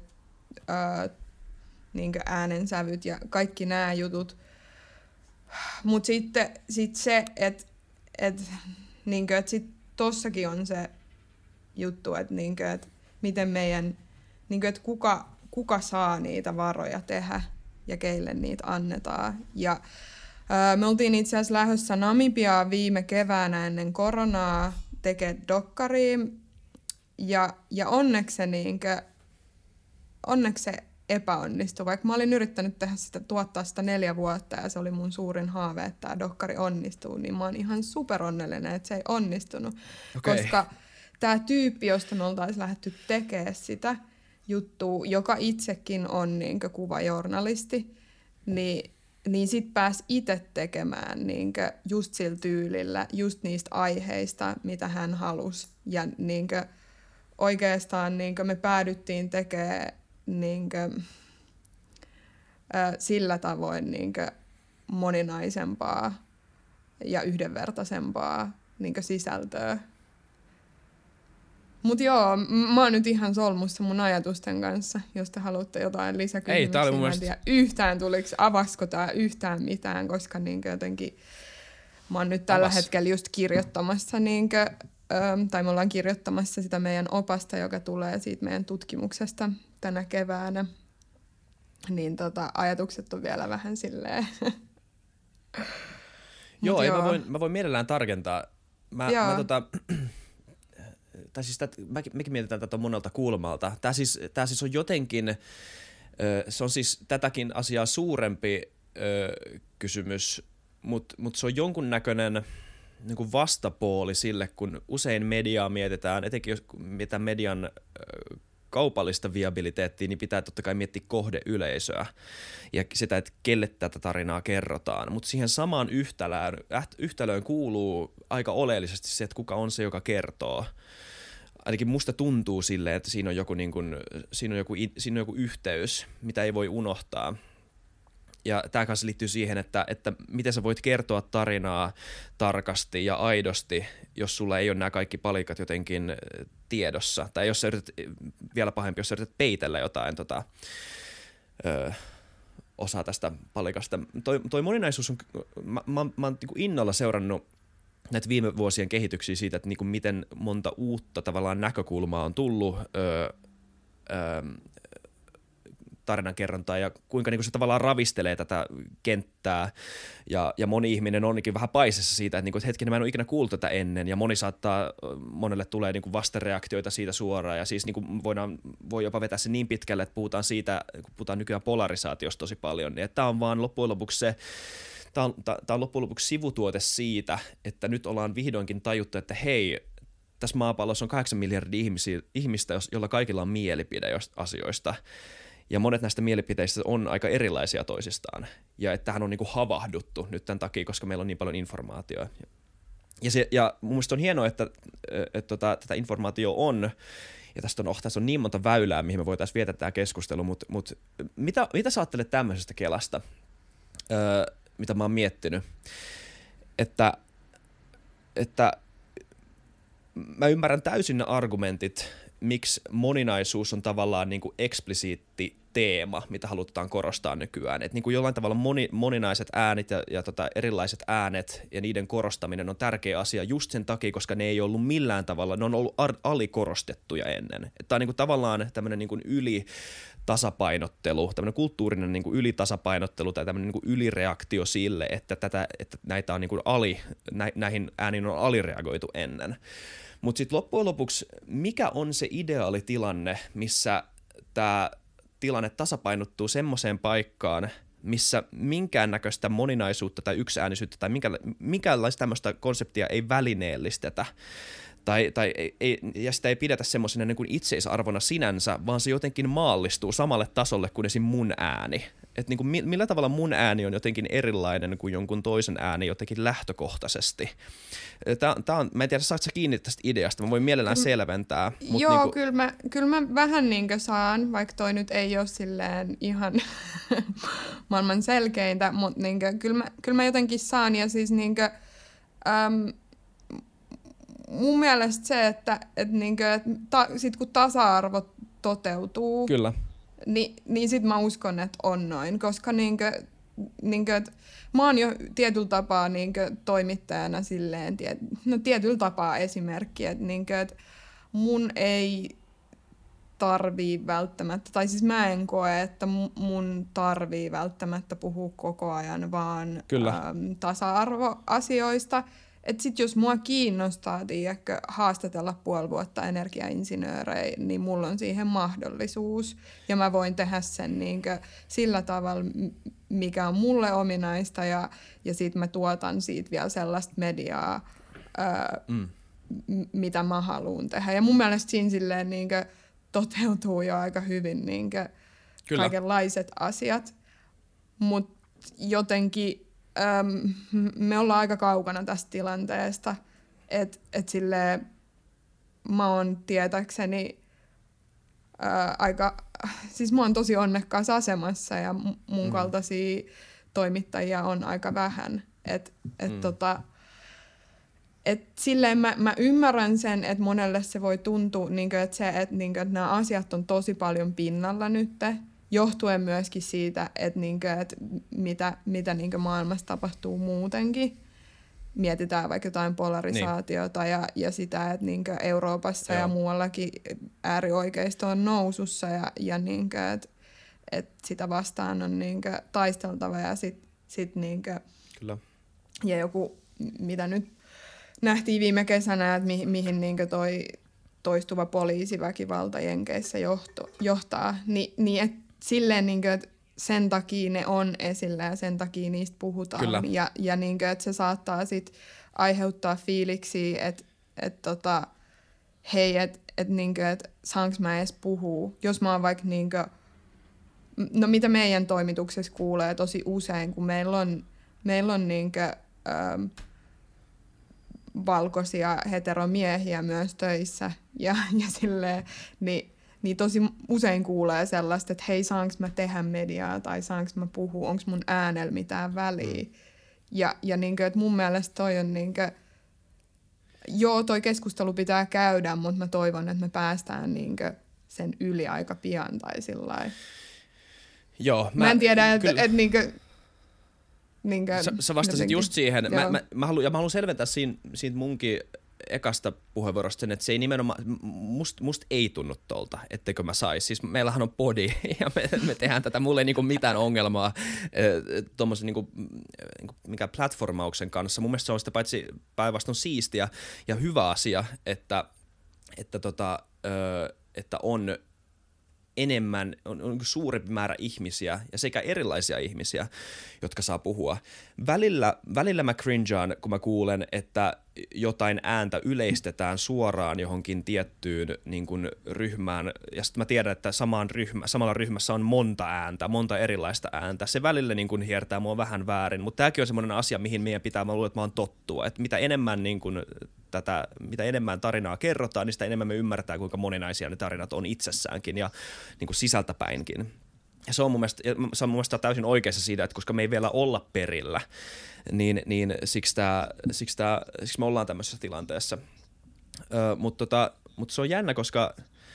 niinku äänensävyt ja kaikki nämä jutut. Mutta sitten se, että sitten tossakin on se juttu, että miten meidän, että kuka saa niitä varoja tehdä ja keille niitä annetaan. Ja me oltiin itse asiassa lähdössä Namibiaan viime keväänä ennen koronaa tekemään dokkaria. Ja onneksi se epäonnistui, vaikka mä olin yrittänyt tuottaa sitä 4 vuotta ja se oli mun suurin haave, että tämä dokkari onnistuu, niin mä oon ihan superonnellinen, että se ei onnistunut. Okay. Koska tämä tyyppi, josta me oltaisiin lähdetty tekemään sitä juttua, joka itsekin on kuvajournalisti, niin sit pääsi itse tekemään just sillä tyylillä, just niistä aiheista, mitä hän halusi. Ja oikeastaan me päädyttiin tekemään sillä tavoin moninaisempaa ja yhdenvertaisempaa sisältöä. Mut joo, mä oon nyt ihan solmussa mun ajatusten kanssa, jos te haluatte jotain lisäkysymyksiä. Ei, tää oli mun mielestä... Mä en tiedä yhtään avasko tää yhtään mitään, koska jotenkin mä oon nyt tällä hetkellä just kirjoittamassa tai me ollaan kirjoittamassa sitä meidän opasta, joka tulee siitä meidän tutkimuksesta tänä keväänä. Niin ajatukset on vielä vähän silleen. Joo, mä voin mielellään tarkentaa. Mekin mietitään tätä monelta kulmalta. Tää siis on jotenkin, se on siis tätäkin asiaa suurempi kysymys, mutta se on jonkunnäköinen niin kuin vastapooli sille, kun usein mediaa mietitään, etenkin jos mietitään median kaupallista viabiliteettia, niin pitää totta kai miettiä kohdeyleisöä ja sitä, että kelle tätä tarinaa kerrotaan. Mutta siihen samaan yhtälöön kuuluu aika oleellisesti se, että kuka on se, joka kertoo. Ainakin musta tuntuu silleen, että siinä on joku yhteys, mitä ei voi unohtaa. Ja tämä kanssa liittyy siihen, että miten sä voit kertoa tarinaa tarkasti ja aidosti, jos sulla ei ole nämä kaikki palikat jotenkin tiedossa. Tai jos sä yrität, vielä pahempi, jos sä yrität peitellä jotain osaa tästä palikasta. Toi moninaisuus on, mä oon innolla seurannut näitä viime vuosien kehityksiä siitä, että miten monta uutta tavallaan näkökulmaa on tullut tarinankerrontaa ja kuinka se tavallaan ravistelee tätä kenttää ja moni ihminen onkin vähän paisessa siitä, että hetkinen, mä en ole ikinä kuullut tätä ennen ja monelle tulee vastareaktioita siitä suoraan ja siis voi jopa vetää se niin pitkälle, että puhutaan siitä, kun puhutaan nykyään polarisaatiosta tosi paljon, niin että tämä on vaan loppujen lopuksi se, tämä on loppujen lopuksi sivutuote siitä, että nyt ollaan vihdoinkin tajuttu, että hei, tässä maapallossa on 8 miljardia ihmistä, jolla kaikilla on mielipide asioista. Ja monet näistä mielipiteistä on aika erilaisia toisistaan. Ja että tähän on havahduttu nyt tämän takia, koska meillä on niin paljon informaatiota. Ja mun mielestä on hienoa, että tätä informaatiota on, ja tässä on niin monta väylää, mihin me voitaisiin viettää tämä keskustelu, mutta mitä sä ajattelet tämmöisestä kelasta, mitä mä oon miettinyt? Että mä ymmärrän täysin ne argumentit, miksi moninaisuus on tavallaan eksplisiitti teema, mitä halutaan korostaa nykyään. Että jollain tavalla moninaiset äänet ja erilaiset äänet ja niiden korostaminen on tärkeä asia just sen takia, koska ne ei ollut millään tavalla, ne on ollut alikorostettuja ennen. Tämä on tavallaan tämmöinen ylitasapainottelu, tämmöinen kulttuurinen ylitasapainottelu tai tämmöinen ylireaktio sille, että näitä on näihin ääniin on alireagoitu ennen. Mutta sitten loppujen lopuksi, mikä on se ideaali tilanne, missä tämä tilanne tasapainottuu semmoiseen paikkaan, missä minkäännäköistä moninaisuutta tai yksiäänisyyttä tai minkäänlaista tämmöistä konseptia ei välineellistetä ja sitä ei pidetä semmoisena niin kuin itseisarvona sinänsä, vaan se jotenkin maallistuu samalle tasolle kuin esim. Mun ääni. Että niin kuin millä tavalla mun ääni on jotenkin erilainen kuin jonkun toisen ääni jotenkin lähtökohtaisesti. Mä en tiedä, saatko sä kiinni tästä ideasta, mä voin mielellään selventää. Joo, niin kuin... kyllä mä vähän niin kuin saan, vaikka toi nyt ei ole silleen ihan maailman selkeintä, mutta niin kuin, kyllä mä jotenkin saan. Ja siis niin kuin, mun mielestä se, että niin kuin, sit kun tasa-arvo toteutuu, kyllä. Niin sit mä uskon, että on noin, koska että mä oon jo tietyllä tapaa toimittajana silleen, tietyllä tapaa esimerkki, että mun ei tarvii välttämättä, tai siis mä en koe, että mun tarvii välttämättä puhua koko ajan vaan tasa-arvoasioista. Että sit jos mua kiinnostaa, tiedätkö, haastatella puoli vuotta energiainsinöörejä, niin mulla on siihen mahdollisuus. Ja mä voin tehdä sen sillä tavalla, mikä on mulle ominaista, ja sit mä tuotan siitä vielä sellaista mediaa, mitä mä haluan tehdä. Ja mun mielestä siinä silleen toteutuu jo aika hyvin kaikenlaiset asiat. Mutta jotenkin... me ollaan aika kaukana tästä tilanteesta, että silleen mä oon tietääkseni siis mä oon tosi onnekkaassa asemassa ja mun kaltaisia toimittajia on aika vähän. Silleen mä ymmärrän sen, että monelle se voi tuntua, että nämä asiat on tosi paljon pinnalla nyt, johtuen myöskin siitä, että mitä maailmassa tapahtuu muutenkin. Mietitään vaikka jotain polarisaatiota ja sitä, että Euroopassa ja muuallakin äärioikeisto on nousussa ja että sitä vastaan on taisteltava ja sit Kyllä. Ja joku, mitä nyt nähtiin viime kesänä, että mihin toi toistuva poliisiväkivalta Jenkeissä johtaa, niin että silleen, että sen takia ne on esillä ja sen takia niistä puhutaan. Kyllä. Ja että se saattaa sit aiheuttaa fiiliksiä, että hei, että saanko mä edes puhua. Jos mä oon vaikka, no mitä meidän toimituksessa kuulee tosi usein, kun meillä on valkoisia heteromiehiä myös töissä ja silleen, niin tosi usein kuulee sellaista, että hei, saanko mä tehdä mediaa tai saanko mä puhua, onko mun äänellä mitään väliä. Ja että mun mielestä toi on joo, toi keskustelu pitää käydä, mutta mä toivon, että me päästään sen yli aika pian tai sillain. Joo. Mä en tiedä, että sä vastasit just siihen. Mä haluan selventää siitä munkin ekasta puheenvuorosta sen, että se ei nimenomaan, musta ei tunnu tolta, etteikö mä sais. Siis meillähän on podi ja me tehdään tätä, mulle ei niinku mitään ongelmaa tuommoisen niinku mikä platformauksen kanssa. Mun mielestä se on sitä paitsi päinvastoin siistiä ja hyvä asia, että on enemmän, on suurempi määrä ihmisiä ja sekä erilaisia ihmisiä, jotka saa puhua. Välillä mä cringeaan, kun mä kuulen, että jotain ääntä yleistetään suoraan johonkin tiettyyn niin kuin ryhmään, ja sitten mä tiedän, että samalla ryhmässä on monta ääntä, monta erilaista ääntä. Se välillä niin kuin hiertää mua vähän väärin, mutta tämäkin on semmoinen asia, mihin meidän pitää, mä luulen, että mä oon tottua, että mitä enemmän mitä enemmän tarinaa kerrotaan, niin sitä enemmän me ymmärtää, kuinka moninaisia ne tarinat on itsessäänkin ja niin kuin sisältäpäinkin. Ja se on mun mielestä täysin oikeassa siitä, että koska me ei vielä olla perillä, niin siksi me ollaan tämmöisessä tilanteessa. Mutta se on jännä, koska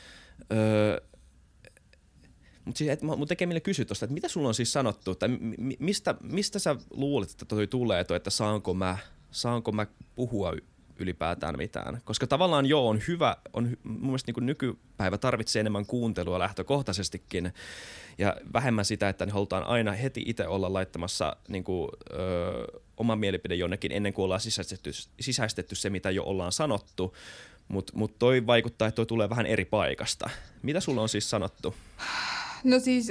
mun tekee mieleen kysyä tuosta, että mitä sulla on siis sanottu, tai mistä sä luulet, että toi tulee, että saanko mä puhua ylipäätään mitään. Koska tavallaan on hyvä, mun mielestä niin kuin nykypäivä tarvitsee enemmän kuuntelua lähtökohtaisestikin ja vähemmän sitä, että ne halutaan aina heti itse olla laittamassa niin kuin, oma mielipide jonnekin ennen kuin ollaan sisäistetty se, mitä jo ollaan sanottu. Mutta toi vaikuttaa, että toi tulee vähän eri paikasta. Mitä sulla on siis sanottu? No siis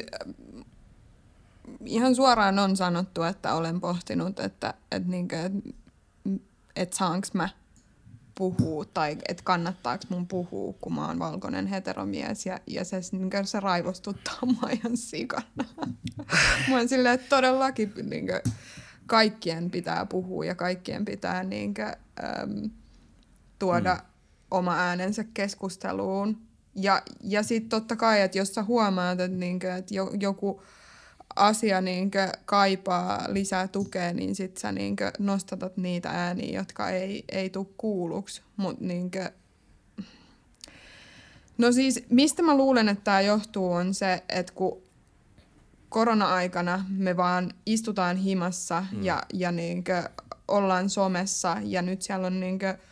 ihan suoraan on sanottu, että olen pohtinut, että saanko mä puhua tai että kannattaako mun puhua, kun mä oon valkoinen heteromies ja se raivostuttaa mua ihan sikana. Mä oon silleen, että todellakin kaikkien pitää puhua ja kaikkien pitää tuoda oma äänensä keskusteluun. Ja sitten totta kai, että jos sä huomaat, että joku asia kaipaa lisää tukea, niin sit sä nostatat niitä ääniä, jotka ei tule kuulluksi. No siis, mistä mä luulen, että tämä johtuu, on se, että kun korona-aikana me vaan istutaan himassa ja ollaan somessa ja nyt siellä on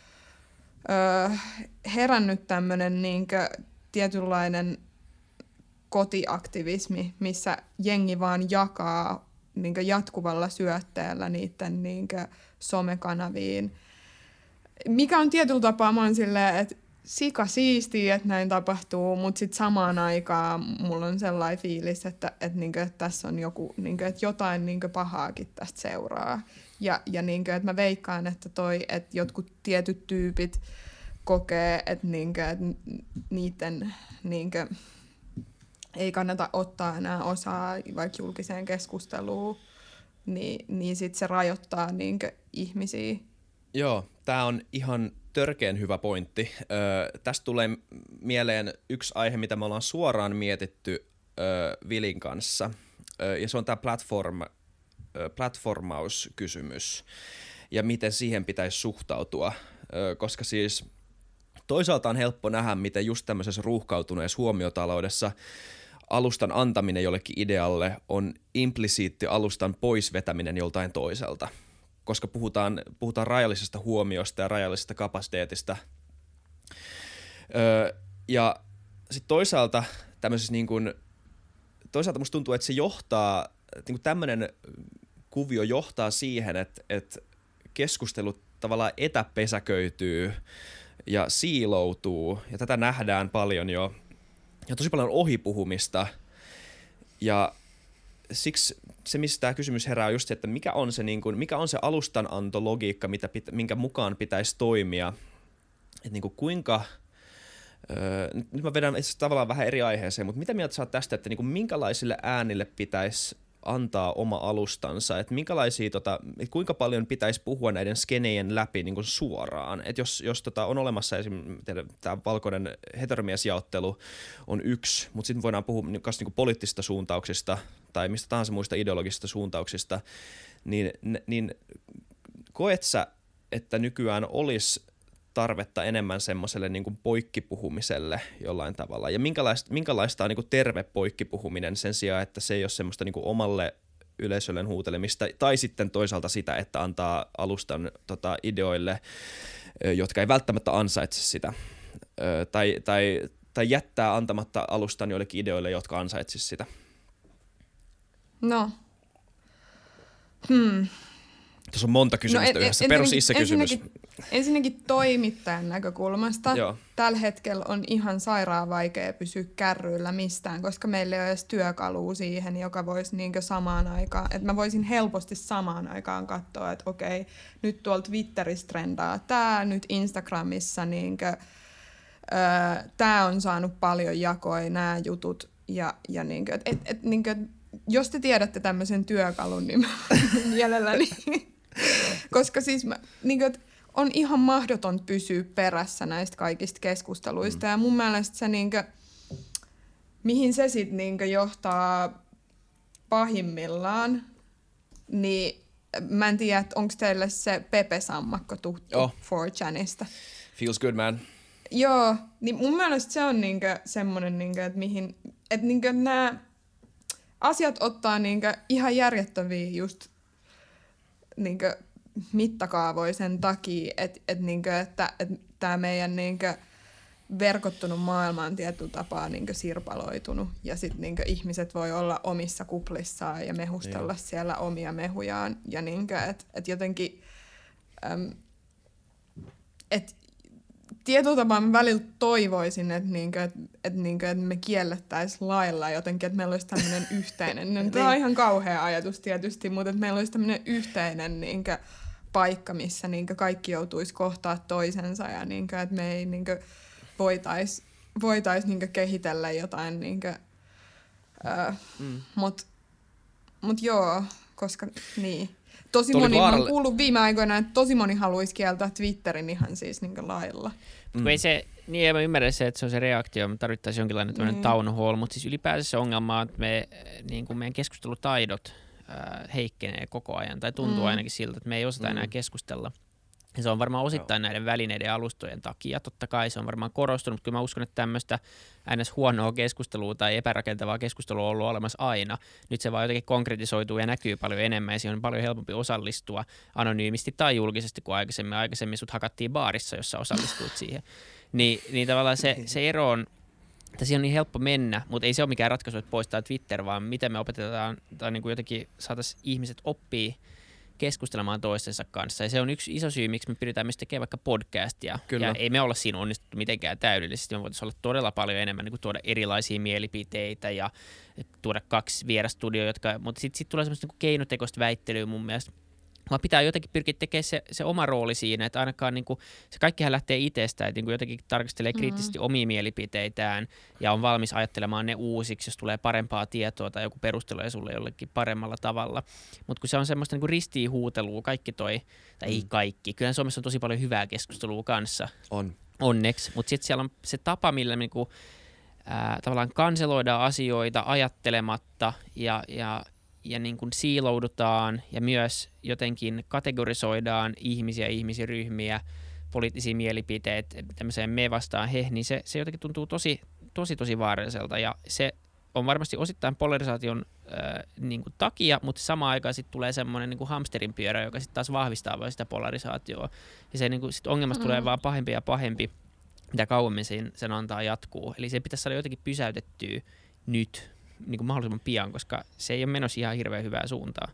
herännyt tämmöinen tietynlainen kotiaktivismi, missä jengi vaan jakaa jatkuvalla syötteellä niiden somekanaviin. Mikä on tietyllä tapaa, mä oon silleen, että sika siistiä, että näin tapahtuu, mutta sitten samaan aikaan mulla on sellainen fiilis, että tässä on joku, että jotain pahaakin tästä seuraa. Ja että mä veikkaan, että että jotkut tietyt tyypit kokee, että niiden ei kannata ottaa enää osaa vaikka julkiseen keskusteluun, niin sit se rajoittaa ihmisiä. Joo, tää on ihan törkeän hyvä pointti. Tästä tulee mieleen yksi aihe, mitä me ollaan suoraan mietitty Vilin kanssa, ja se on tämä platformauskysymys, ja miten siihen pitäisi suhtautua, koska siis toisaalta on helppo nähdä, miten just tämmöisessä ruuhkautuneessa huomiotaloudessa alustan antaminen jollekin idealle on implisiitti alustan pois vetäminen joltain toiselta, koska puhutaan rajallisesta huomiosta ja rajallisesta kapasiteetista. Ja sitten toisaalta tämmöisessä toisaalta musta tuntuu, että se johtaa, tämmöinen kuvio johtaa siihen, että keskustelut tavallaan etäpesäköityy ja siiloutuu, ja tätä nähdään paljon jo, ja tosi paljon ohipuhumista, ja siksi se, mistä tämä kysymys herää, on just se, että mikä on se alustanantologiikka, minkä mukaan pitäisi toimia, että kuinka, nyt mä vedän tavallaan vähän eri aiheeseen, mutta mitä mieltä sä oot tästä, että minkälaisille äänille pitäisi antaa oma alustansa, että kuinka paljon pitäisi puhua näiden skenejen läpi suoraan, että jos on olemassa esimerkiksi tämä valkoinen heteromiesjaottelu on yksi, mutta sitten voidaan puhua poliittisista suuntauksista tai mistä tahansa muista ideologisista suuntauksista, niin koet sä, että nykyään olisi tarvetta enemmän semmoiselle poikkipuhumiselle jollain tavalla. Ja minkälaista on terve poikkipuhuminen sen sijaan, että se ei ole semmoista omalle yleisölle huutelemista, tai sitten toisaalta sitä, että antaa alustan ideoille, jotka ei välttämättä ansaitse sitä, tai jättää antamatta alustan joillekin ideoille, jotka ansaitsisi sitä. No. Tuossa on monta kysymystä yhdessä. Perusissa-kysymys. Ensinnäkin toimittajan näkökulmasta. Joo. Tällä hetkellä on ihan sairaan vaikea pysyä kärryillä mistään, koska meillä ei ole edes työkalua siihen, joka voisi samaan aikaan. Että mä voisin helposti samaan aikaan katsoa, että okei, nyt tuolla Twitterissä trendaa tämä, nyt Instagramissa tämä on saanut paljon jakoja, nämä jutut. Ja jos te tiedätte tämmöisen työkalun, niin mielelläni. Koska siis on ihan mahdoton pysyä perässä näistä kaikista keskusteluista. Ja mun mielestä se, mihin se sitten johtaa pahimmillaan, niin mä en tiedä, onko teille se Pepe-sammakko tuttu 4chanista. Feels good, man. Joo, niin mun mielestä se on semmoinen, että mihin, että nämä asiat ottaa ihan järjettäviä just mittakaavoja sen takia, että tämä meidän verkottunut maailma on tietyllä tapaa sirpaloitunut ja sitten ihmiset voi olla omissa kuplissaan ja mehustella siellä omia mehujaan ja että jotenkin tietyllä tapaa mä välillä toivoisin, että me kiellettäisiin lailla jotenkin, että meillä olisi tämmöinen yhteinen, tämä on ihan kauhea ajatus tietysti, mutta että meillä olisi tämmöinen yhteinen paikka, missä niin kuin kaikki joutuisi kohtaa toisensa ja niin kuin, että me ei niin kuin voitais niin kuin kehitellä jotain niin kuin, mut joo, koska niin. Tosi moni, mä oon kuullut viime aikoina, että tosi moni haluaisi kieltää Twitterin ihan siis niin kuin lailla. Ei se, niin mä ymmärrän se, että se on se reaktio, me tarvittaisiin jonkinlainen town hall, mutta siis ylipäänsä se ongelma on, että niin kuin meidän keskustelutaidot heikkenee koko ajan, tai tuntuu ainakin siltä, että me ei osata enää keskustella. Ja se on varmaan osittain näiden välineiden ja alustojen takia. Totta kai se on varmaan korostunut, mutta kyllä mä uskon, että tämmöistä ns. Huonoa keskustelua tai epärakentavaa keskustelua on ollut olemassa aina. Nyt se vaan jotenkin konkretisoituu ja näkyy paljon enemmän ja siihen on paljon helpompi osallistua anonyymisti tai julkisesti kuin aikaisemmin. Aikaisemmin sut hakattiin baarissa, jossa osallistuit siihen. Niin tavallaan se ero on, että siihen on niin helppo mennä, mutta ei se ole mikään ratkaisu, että poistaa Twitter, vaan miten me opetetaan tai niin kuin jotenkin saataisiin ihmiset oppii keskustelemaan toistensa kanssa. Ja se on yksi iso syy, miksi me pyritään myös tekemään vaikka podcastia. Kyllä. Ja ei me olla siinä onnistuttu mitenkään täydellisesti. Me voitaisiin olla todella paljon enemmän, niin kuin tuoda erilaisia mielipiteitä ja tuoda 2 vierastudioa, mutta sitten tulee semmoista niin keinotekoista väittelyä mun mielestä. Vaan pitää jotenkin pyrkiä tekemään se oma rooli siinä, että ainakaan niin kuin, se kaikkihan lähtee itsestä, että niin kuin jotenkin tarkastelee kriittisesti omia mielipiteitään ja on valmis ajattelemaan ne uusiksi, jos tulee parempaa tietoa tai joku perustelee sulle jollekin paremmalla tavalla. Mutta kun se on semmoista niin kuin ristiinhuutelua, kaikki toi, tai ei kaikki, kyllähän Suomessa on tosi paljon hyvää keskustelua kanssa. On. Onneksi, mutta sitten siellä on se tapa, millä niin kuin, tavallaan kanseloidaan asioita ajattelematta ja niin kuin siiloudutaan ja myös jotenkin kategorisoidaan ihmisryhmiä, poliittisia mielipiteitä, tämmöiseen me vastaan he, niin se jotenkin tuntuu tosi vaaralliselta ja se on varmasti osittain polarisaation niin kuin takia, mutta samaan aikaan sitten tulee semmoinen niin kuin hamsterinpyörä, joka sitten taas vahvistaa sitä polarisaatioa ja se niin kuin sit ongelmasta tulee vaan pahempi ja pahempi, mitä kauemmin sen antaa jatkuu. Eli se pitäisi saada jotenkin pysäytettyä nyt niin kuin mahdollisimman pian, koska se ei ole menossa ihan hirveän hyvää suuntaa.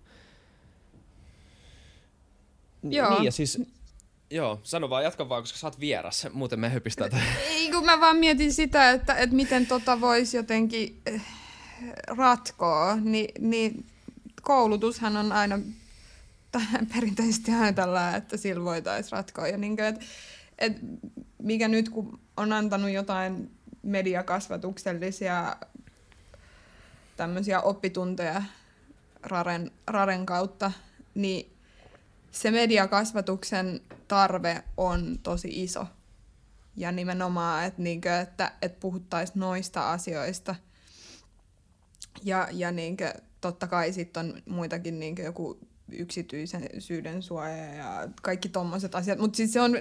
Joo. Niin ja siis, sano vaan, jatka vaan, koska sä oot vieras, muuten me höpistää. Ei, kun mä vaan mietin sitä, että miten voisi jotenkin ratkoa, niin koulutushan on aina, perinteisesti ajatellaan, että sillä voitaisiin ratkoa. Ja niin kuin, mikä nyt, kun on antanut jotain mediakasvatuksellisia tämmöisiä oppitunteja Raren kautta, niin se mediakasvatuksen tarve on tosi iso. Ja nimenomaan, että puhuttaisiin noista asioista. Ja totta kai sitten on muitakin joku yksityisyyden suoja ja kaikki tommoset asiat. Mutta siis se on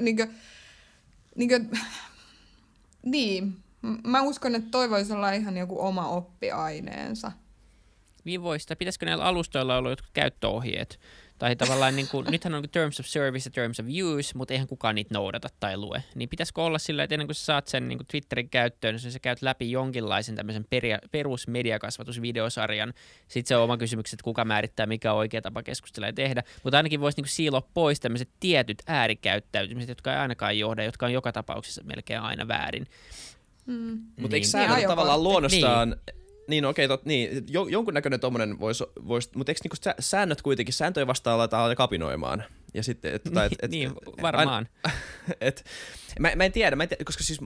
niin. Mä uskon, että toi voisi olla ihan joku oma oppiaineensa. Niin voisi. Pitäisikö näillä alustoilla olla jotkut käyttöohjeet? Tai tavallaan, niin kuin, nythän on terms of service ja terms of use, mutta eihän kukaan niitä noudata tai lue. Niin pitäisikö olla sillä, että ennen kuin sä saat sen niin kuin Twitterin käyttöön, niin sä käyt läpi jonkinlaisen tämmöisen perusmediakasvatusvideosarjan. Sitten se on oma kysymys, että kuka määrittää, mikä on oikea tapa keskustella ja tehdä. Mutta ainakin voisi niin kuin siiloa pois tämmöiset tietyt äärikäyttäytymiset, jotka ei ainakaan johda, jotka on joka tapauksessa melkein aina väärin. Mutta eikö säännöt tavallaan luonnostaan... Niin, okei, jonkunnäköinen tommonen voisi, mutta eikö niinku säännöt kuitenkin, sääntöjä vastaan aletaan kapinoimaan? Ja sitten, niin, varmaan. Mä en tiedä, koska siis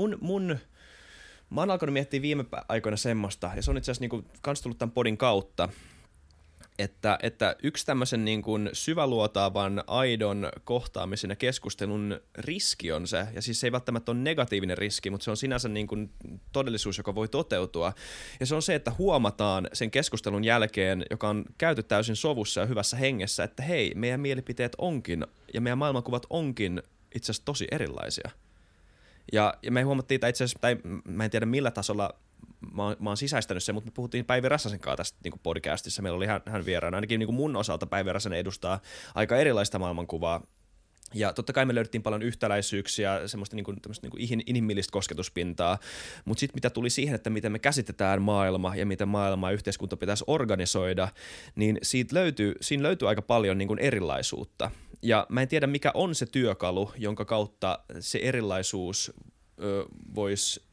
mä oon alkanut miettiä viime aikoina semmoista, ja se on itse asiassa niinku kans tullut tämän podin kautta, että yksi tämmöisen niin kuin syväluotaavan, aidon kohtaamisen ja keskustelun riski on se, ja siis se ei välttämättä ole negatiivinen riski, mutta se on sinänsä niin kuin todellisuus, joka voi toteutua, ja se on se, että huomataan sen keskustelun jälkeen, joka on käyty täysin sovussa ja hyvässä hengessä, että hei, meidän mielipiteet onkin, ja meidän maailmankuvat onkin itse asiassa tosi erilaisia. Ja me huomattiin, että itse asiassa, tai mä en tiedä millä tasolla, mä oon sisäistänyt sen, mutta me puhuttiin Päivi Räsäsen kanssa tästä niin kuin podcastissa. Meillä oli hän vieraana. Ainakin niin kuin mun osalta Päivi Räsänen edustaa aika erilaista maailmankuvaa. Ja totta kai me löydettiin paljon yhtäläisyyksiä, semmoista niin kuin inhimillistä kosketuspintaa. Mutta sitten mitä tuli siihen, että miten me käsitetään maailma ja miten maailma ja yhteiskunta pitäisi organisoida, niin siinä löytyy aika paljon niin kuin erilaisuutta. Ja mä en tiedä, mikä on se työkalu, jonka kautta se erilaisuus voisi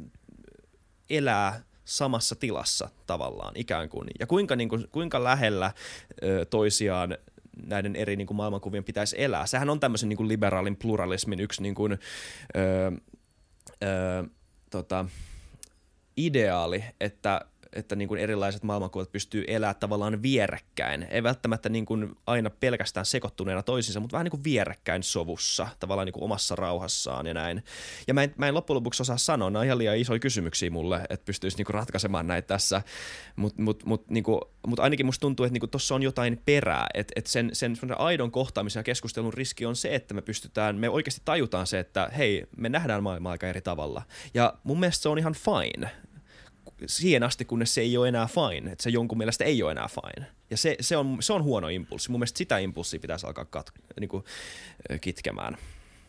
elää samassa tilassa tavallaan ikään kuin. Ja kuinka lähellä toisiaan näiden eri niin kuin maailmankuvien pitäisi elää. Sehän on tämmöisen niin kuin liberaalin pluralismin yksi niin kuin, ideaali, että niin kuin erilaiset maailmankuvat pystyy elämään tavallaan vierekkäin. Ei välttämättä niin kuin aina pelkästään sekoittuneena toisiinsa, mutta vähän niin kuin vierekkäin sovussa, tavallaan niin kuin omassa rauhassaan ja näin. Ja mä en loppujen lopuksi osaa sanoa, nämä on ihan liian isoja kysymyksiä mulle, että pystyisi niin kuin ratkaisemaan näitä tässä, mutta ainakin musta tuntuu, että niin kuin tossa on jotain perää, että sen aidon kohtaamisen ja keskustelun riski on se, että me oikeasti tajutaan se, että hei, me nähdään maailmaa aika eri tavalla. Ja mun mielestä se on ihan fine. Siihen asti, kunnes se ei ole enää fine, että se jonkun mielestä ei ole enää fine. Ja se on huono impulssi. Mun mielestä sitä impulssia pitäisi alkaa kitkemään.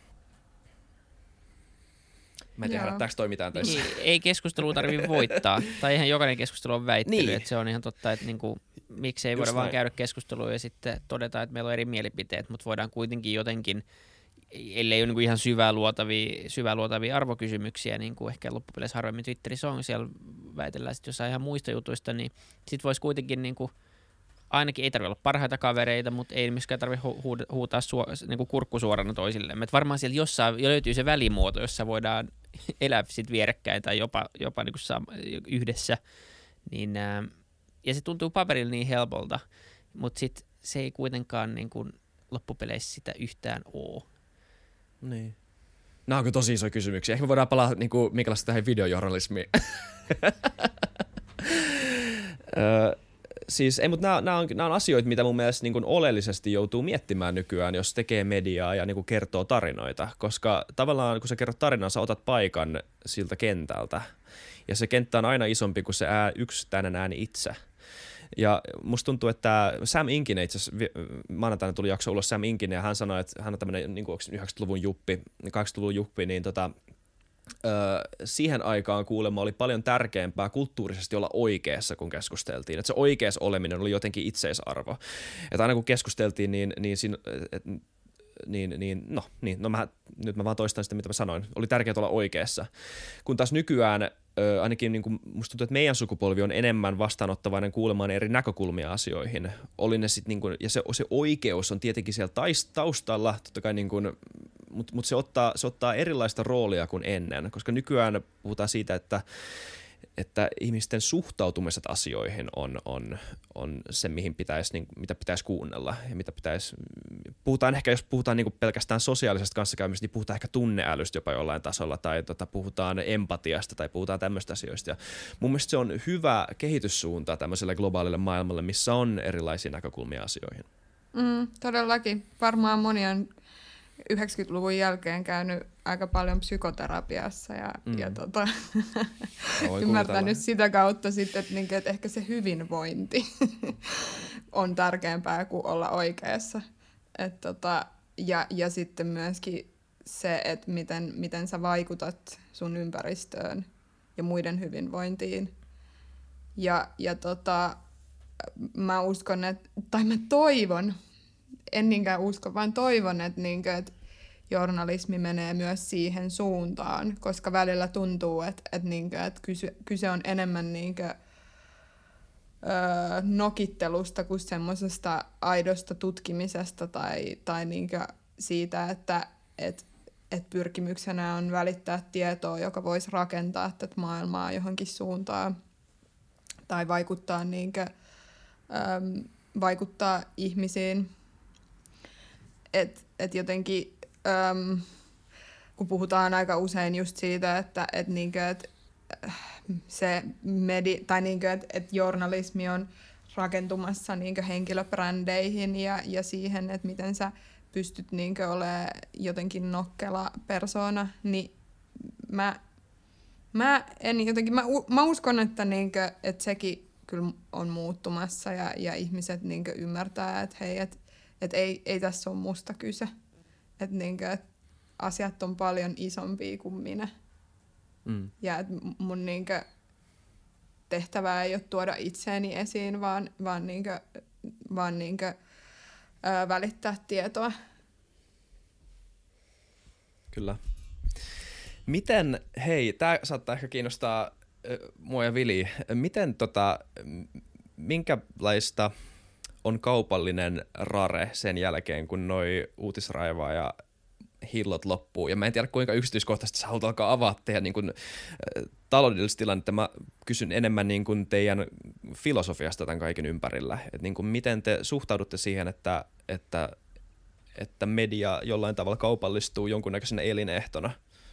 Mä en tiedä, herättääkö toi mitään tässä. Ei keskustelua tarvitse voittaa. Tai ihan jokainen keskustelu on väittely. Niin. Että se on ihan totta, että niinku, miksi ei voida vaan käydä keskustelua ja sitten todeta, että meillä on eri mielipiteet, mutta voidaan kuitenkin jotenkin, ellei ole niin kuin ihan syvää luotavia arvokysymyksiä, niin kuin ehkä loppupeleissä harvemmin Twitterissä on, siellä väitellään sitten jossain ihan muista jutuista, niin sitten voisi kuitenkin, niin kuin, ainakin ei tarvitse olla parhaita kavereita, mutta ei myöskään tarvitse huutaa niin kuin kurkku suorana toisillemme. Varmaan siellä jossain löytyy se välimuoto, jossa voidaan elää sit vierekkäin tai jopa niin kuin yhdessä. Niin, ja se tuntuu paperilla niin helpolta, mutta sitten se ei kuitenkaan niin kuin loppupeleissä sitä yhtään ole. Niin. Nämä on tosi isoja kysymyksiä. Ehkä me voidaan palata minkälaista tähän videojournalismiin. Siis, ei, mutta nämä on asioita, mitä mun mielestä niin kuin oleellisesti joutuu miettimään nykyään, jos tekee mediaa ja niin kuin kertoo tarinoita. Koska tavallaan, kun sä kerrot tarinaa, sä otat paikan siltä kentältä. Ja se kenttä on aina isompi kuin se yksittäinen ääni itse. Ja musta tuntuu, että Sam Inkinen, itse asiassa maanantaina tuli jakso ulos Sam Inkinen, ja hän sanoi, että hän on tämmöinen niin 90-luvun juppi, 80-luvun juppi, niin siihen aikaan kuulemma oli paljon tärkeämpää kulttuurisesti olla oikeassa, kun keskusteltiin. Että se oikeassa oleminen oli jotenkin itseisarvo. Että aina kun keskusteltiin, nyt mä vaan toistan sitä, mitä mä sanoin. Oli tärkeää olla oikeassa. Kun taas nykyään ainakin niin kuin musta tuntuu, että meidän sukupolvi on enemmän vastaanottavainen kuulemaan eri näkökulmia asioihin. Oli ne sit niin kuin, ja se oikeus on tietenkin siellä taustalla, totta kai niin kuin, mutta se ottaa erilaista roolia kuin ennen, koska nykyään puhutaan siitä, että ihmisten suhtautumiset asioihin on se, mitä pitäisi kuunnella ja mitä pitäisi, jos puhutaan niin kuin pelkästään sosiaalisesta kanssakäymisestä, niin puhutaan ehkä tunneälystä jopa jollain tasolla tai puhutaan empatiasta tai puhutaan tämmöistä asioista. Ja mun mielestä se on hyvä kehityssuunta tämmöiselle globaalille maailmalle, missä on erilaisia näkökulmia asioihin. Todellakin. Varmaan moni on 90-luvun jälkeen käynyt aika paljon psykoterapiassa ja ymmärtänyt sitä kautta sitten, että ehkä se hyvinvointi on tärkeämpää kuin olla oikeassa. Ja sitten myöskin se, että miten sä vaikutat sun ympäristöön ja muiden hyvinvointiin. Mä uskon, mä toivon, en niinkään usko, vaan toivon, että journalismi menee myös siihen suuntaan, koska välillä tuntuu, että kyse on enemmän nokittelusta kuin semmoisesta aidosta tutkimisesta tai siitä, että pyrkimyksenä on välittää tietoa, joka voisi rakentaa tätä maailmaa johonkin suuntaan tai vaikuttaa ihmisiin. Et jotenkin, kun puhutaan aika usein just siitä, että journalismi on rakentumassa henkilöbrändeihin ja siihen, että miten sä pystyt olemaan jotenkin nokkela persoona, niin mä uskon, että sekin kyllä on muuttumassa ja ihmiset ymmärtää, että hei, että ei tässä ole musta kyse. Että asiat on paljon isompia kuin minä. Ja että mun tehtävä ei ole tuoda itseäni esiin, vaan välittää tietoa. Kyllä. Miten, hei, tää saattaa ehkä kiinnostaa mua ja Vili. Miten minkälaista on kaupallinen rare sen jälkeen, kun noi uutisraivaa ja hillot loppuu. Ja mä en tiedä, kuinka yksityiskohtaisesti sä haluat alkaa avaa teidän niin kuin, taloudellista tilannetta. Mä kysyn enemmän niin kuin teidän filosofiasta tämän kaiken ympärillä. Et niin kuin, miten te suhtaudutte siihen, että media jollain tavalla kaupallistuu jonkunnäköisenä elinehtona?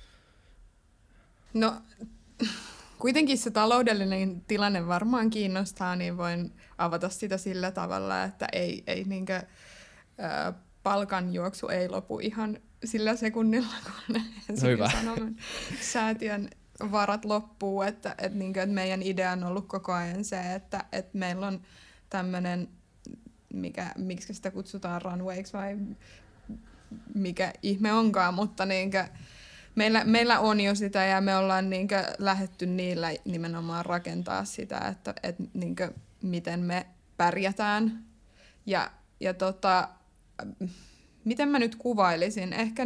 No, kuitenkin se taloudellinen tilanne varmaan kiinnostaa, niin voin avata sitä sillä tavalla, että ei niinkö, palkanjuoksu ei lopu ihan sillä sekunnilla, kun Helsingin Sanoman säätiön varat loppuu. Että meidän idea on ollut koko ajan se, että meillä on tämmöinen, miksi sitä kutsutaan runways vai mikä ihme onkaan, mutta meillä on jo sitä ja me ollaan lähdetty niillä nimenomaan rakentaa sitä, että miten me pärjätään. Ja miten mä nyt kuvailisin? Ehkä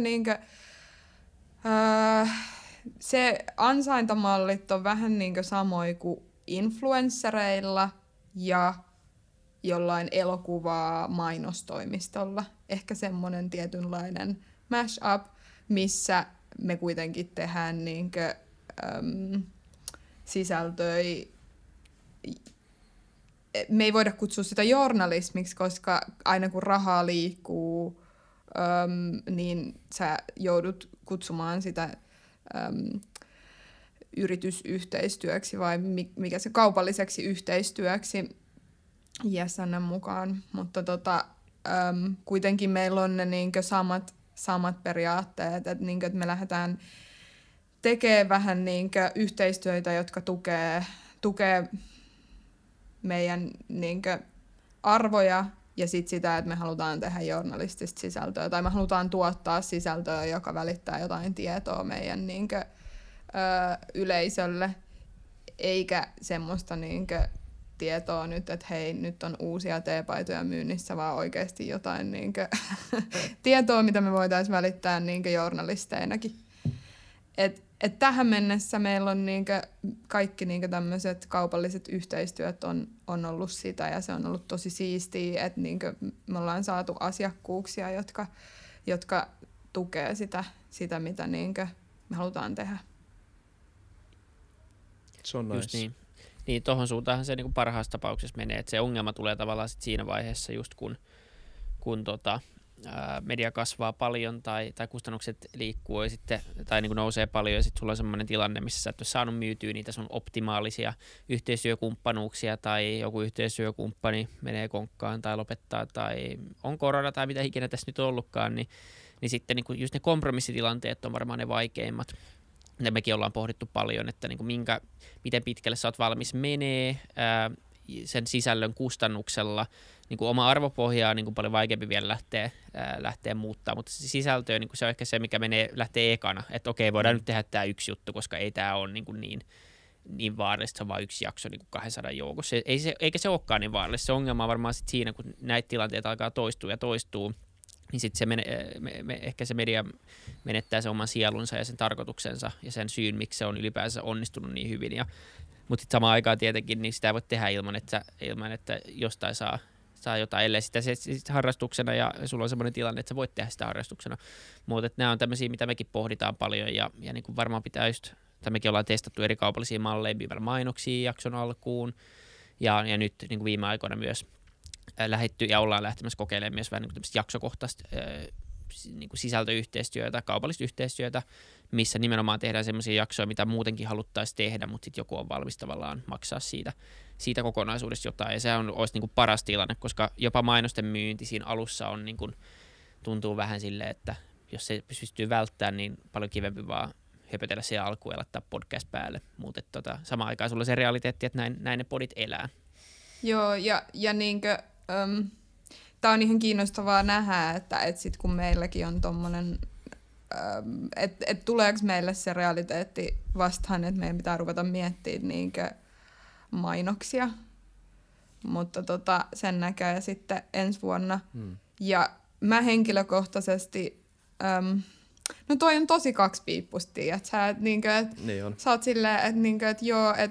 se ansaintamallit on vähän samoin kuin influenssereilla ja jollain elokuvaa mainostoimistolla. Ehkä semmoinen tietynlainen mash-up, missä me kuitenkin tehdään sisältöä. Me ei voida kutsua sitä journalismiksi, koska aina kun rahaa liikkuu, niin sä joudut kutsumaan sitä yritysyhteistyöksi vai mikä se kaupalliseksi yhteistyöksi JSN:n mukaan. Mutta kuitenkin meillä on ne samat periaatteet, että me lähdetään tekemään vähän yhteistyötä, jotka tukee meidän arvoja ja sit sitä, että me halutaan tehdä journalistista sisältöä tai me halutaan tuottaa sisältöä, joka välittää jotain tietoa meidän yleisölle, eikä semmoista tietoa nyt, että hei, nyt on uusia teepaitoja myynnissä, vaan oikeasti jotain tietoa, mitä me voitaisiin välittää journalisteinakin. Et tähän mennessä meillä on kaikki tämmöiset kaupalliset yhteistyöt on ollut sitä ja se on ollut tosi siistiä, että me ollaan saatu asiakkuuksia, jotka tukee sitä mitä me halutaan tehdä. Se on nice. Just niin, tohon suuntaanhan se parhaassa tapauksessa menee, että se ongelma tulee tavallaan sit siinä vaiheessa just kun media kasvaa paljon tai kustannukset liikkuu ja sitten, tai nousee paljon ja sitten sulla on sellainen tilanne, missä sä et ole saanut myytyä niitä sun optimaalisia yhteistyökumppanuuksia tai joku yhteistyökumppani menee konkkaan tai lopettaa tai on korona tai mitä ikinä tässä nyt on ollutkaan, niin sitten just ne kompromissitilanteet on varmaan ne vaikeimmat. Ja mekin ollaan pohdittu paljon, että miten pitkälle sä oot valmis menee sen sisällön kustannuksella. Oma arvopohja on paljon vaikeampi vielä lähteä muuttaa, mutta se sisältö se on ehkä se, mikä lähtee ekana. Että okei, voidaan nyt tehdä tämä yksi juttu, koska ei tämä ole niin vaarallista, se on vain yksi jakso 200 joukossa. Eikä se olekaan niin vaarallista. Se ongelma on varmaan sit siinä, kun näitä tilanteita alkaa toistua, niin sitten ehkä se media menettää sen oman sielunsa ja sen tarkoituksensa ja sen syyn, miksi se on ylipäänsä onnistunut niin hyvin. Mutta sitten samaan aikaan tietenkin niin sitä ei voi tehdä ilman, että jostain saa jotain, ellei sitä harrastuksena ja sulla on semmoinen tilanne, että sä voit tehdä sitä harrastuksena. Mutta nämä on tämmöisiä, mitä mekin pohditaan paljon ja niin kuin varmaan pitää just, tai mekin ollaan testattu eri kaupallisia malleja, myymällä mainoksia jakson alkuun ja nyt niin kuin viime aikoina myös lähdetty ja ollaan lähtemässä kokeilemaan myös vähän niin jaksokohtaista niin kuin sisältöyhteistyötä, kaupallista yhteistyötä, missä nimenomaan tehdään semmoisia jaksoja, mitä muutenkin haluttaisiin tehdä, mutta sitten joku on valmis tavallaan maksaa siitä kokonaisuudesta jotain. Ja se olisi niin kuin paras tilanne, koska jopa mainosten myynti siinä alussa on niin kuin, tuntuu vähän silleen, että jos se pystyy välttämään, niin paljon kivempi vaan höpötellä siihen alkuun ja laittaa podcast päälle. Mutta samaan aikaan sulla on se realiteetti, että näin ne podit elää. Joo, ja tämä on ihan kiinnostavaa nähdä, että sit kun meilläkin on tommonen, että tuleeko meille se realiteetti vastaan, että meidän pitää ruveta miettimään mainoksia, mutta sen näkee sitten ensi vuonna. Ja mä henkilökohtaisesti, no toi on tosi kaksipiippusti, että sä, niin on. Sä oot silleen, että joo, että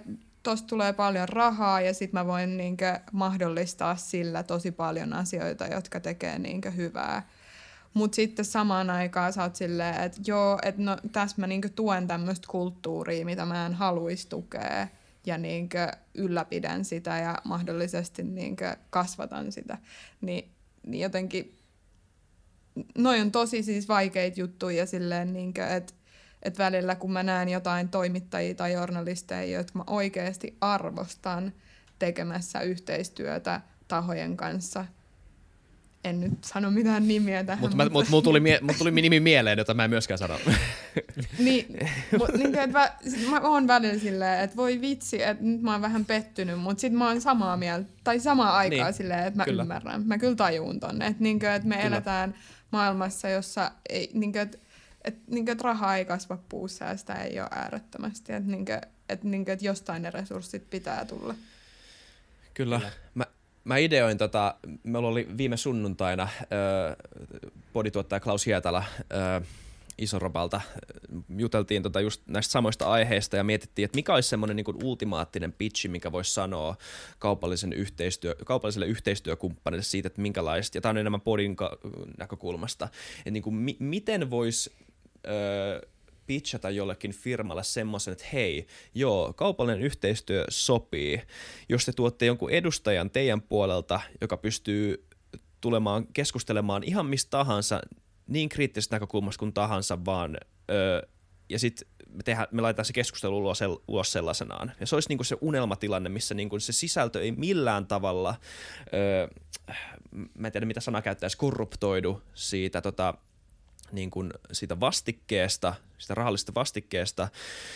tosta tulee paljon rahaa ja sit mä voin niinkö mahdollistaa sillä tosi paljon asioita, jotka tekee niinkö hyvää. Mut sitten samaan aikaan sä oot silleen, että joo, että no tässä mä niinkö tuen tämmöistä kulttuuria, mitä mä en haluaisi tukea ja niinkö ylläpidän sitä ja mahdollisesti niinkö kasvatan sitä. Niin jotenkin noi on tosi siis vaikeita juttuja silleen niinkö, että välillä kun mä näen jotain toimittajia tai journalisteja, jotka mä oikeasti arvostan tekemässä yhteistyötä tahojen kanssa. En nyt sano mitään nimiä tähän. Mutta mulla tuli nimi mieleen, jota mä en myöskään sano. niin, mä oon välillä silleen, että voi vitsi, että nyt mä oon vähän pettynyt, mutta sit mä oon samaa mieltä, tai samaan aikaan silleen, että mä ymmärrän. Mä kyllä tajuun tonne, että me eletään maailmassa, jossa ei, että rahaa ei kasva puussa ja sitä ei ole äärettömästi. Että jostain ne resurssit pitää tulla. Kyllä. Mä ideoin, meillä oli viime sunnuntaina podituottaja Klaus Hietala Isoropalta. Juteltiin just näistä samoista aiheista ja mietittiin, että mikä olisi semmoinen niin kuin ultimaattinen pitchi, mikä voisi sanoa kaupalliselle yhteistyökumppanille siitä, että minkälaista, ja tämä on enemmän podin näkökulmasta, että niin kuin, miten voisi pitchata jollekin firmalle semmoisen, että hei, joo, kaupallinen yhteistyö sopii, jos te tuotte jonkun edustajan teidän puolelta, joka pystyy tulemaan keskustelemaan ihan mistä tahansa, niin kriittisestä näkökulmasta kuin tahansa vaan, ja sitten me laitetaan se keskustelu ulos sellaisenaan. Ja se olisi niinku se unelmatilanne, missä niinku se sisältö ei millään tavalla, mä en tiedä mitä sana käyttäisi, korruptoidu siitä niin kuin siitä vastikkeesta, siitä rahallisesta vastikkeesta,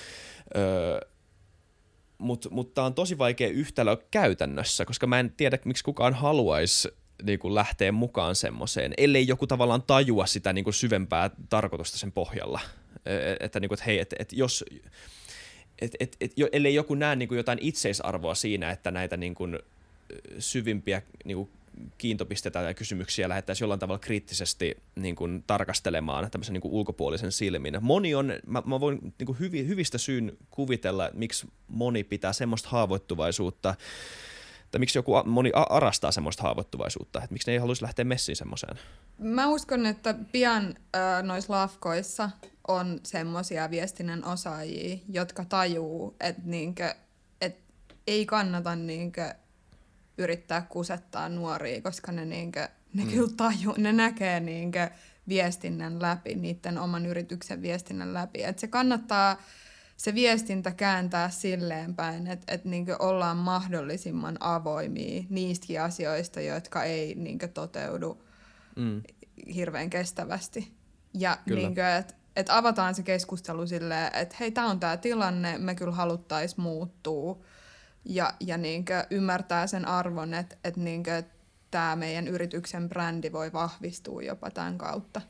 mutta on tosi vaikea yhtälö käytännössä, koska mä en tiedä, miksi kukaan haluaisi niin kuin lähteä mukaan semmoiseen, ellei joku tavallaan tajua sitä niin kuin syvempää tarkoitusta sen pohjalla. Että niin kuin, että hei, jos ellei joku näe niin kuin jotain itseisarvoa siinä, että näitä niin kuin syvimpiä niin kuin kiintopisteitä ja kysymyksiä lähettäisiin jollain tavalla kriittisesti niin kuin tarkastelemaan tämmöisen niin kuin ulkopuolisen silmin. Moni on, mä voin niin kuin hyvistä syyn kuvitella, miksi moni pitää semmoista haavoittuvaisuutta, tai miksi moni arastaa semmoista haavoittuvaisuutta, että miksi ne ei haluaisi lähteä messiin semmoiseen. Mä uskon, että pian noissa lafkoissa on semmoisia viestinnän osaajia, jotka tajuu, että ei kannata yrittää kusettaa nuoria, koska ne kyllä tajuu, ne näkee viestinnän läpi, niiden oman yrityksen viestinnän läpi. Että se kannattaa se viestintä kääntää silleen päin, että ollaan mahdollisimman avoimia niistäkin asioista, jotka ei toteudu hirveän kestävästi. Ja että avataan se keskustelu silleen, että hei, tää on tää tilanne, me kyllä haluttais muuttua. Ja ymmärtää sen arvon, että tämä meidän yrityksen brändi voi vahvistua jopa tämän kautta.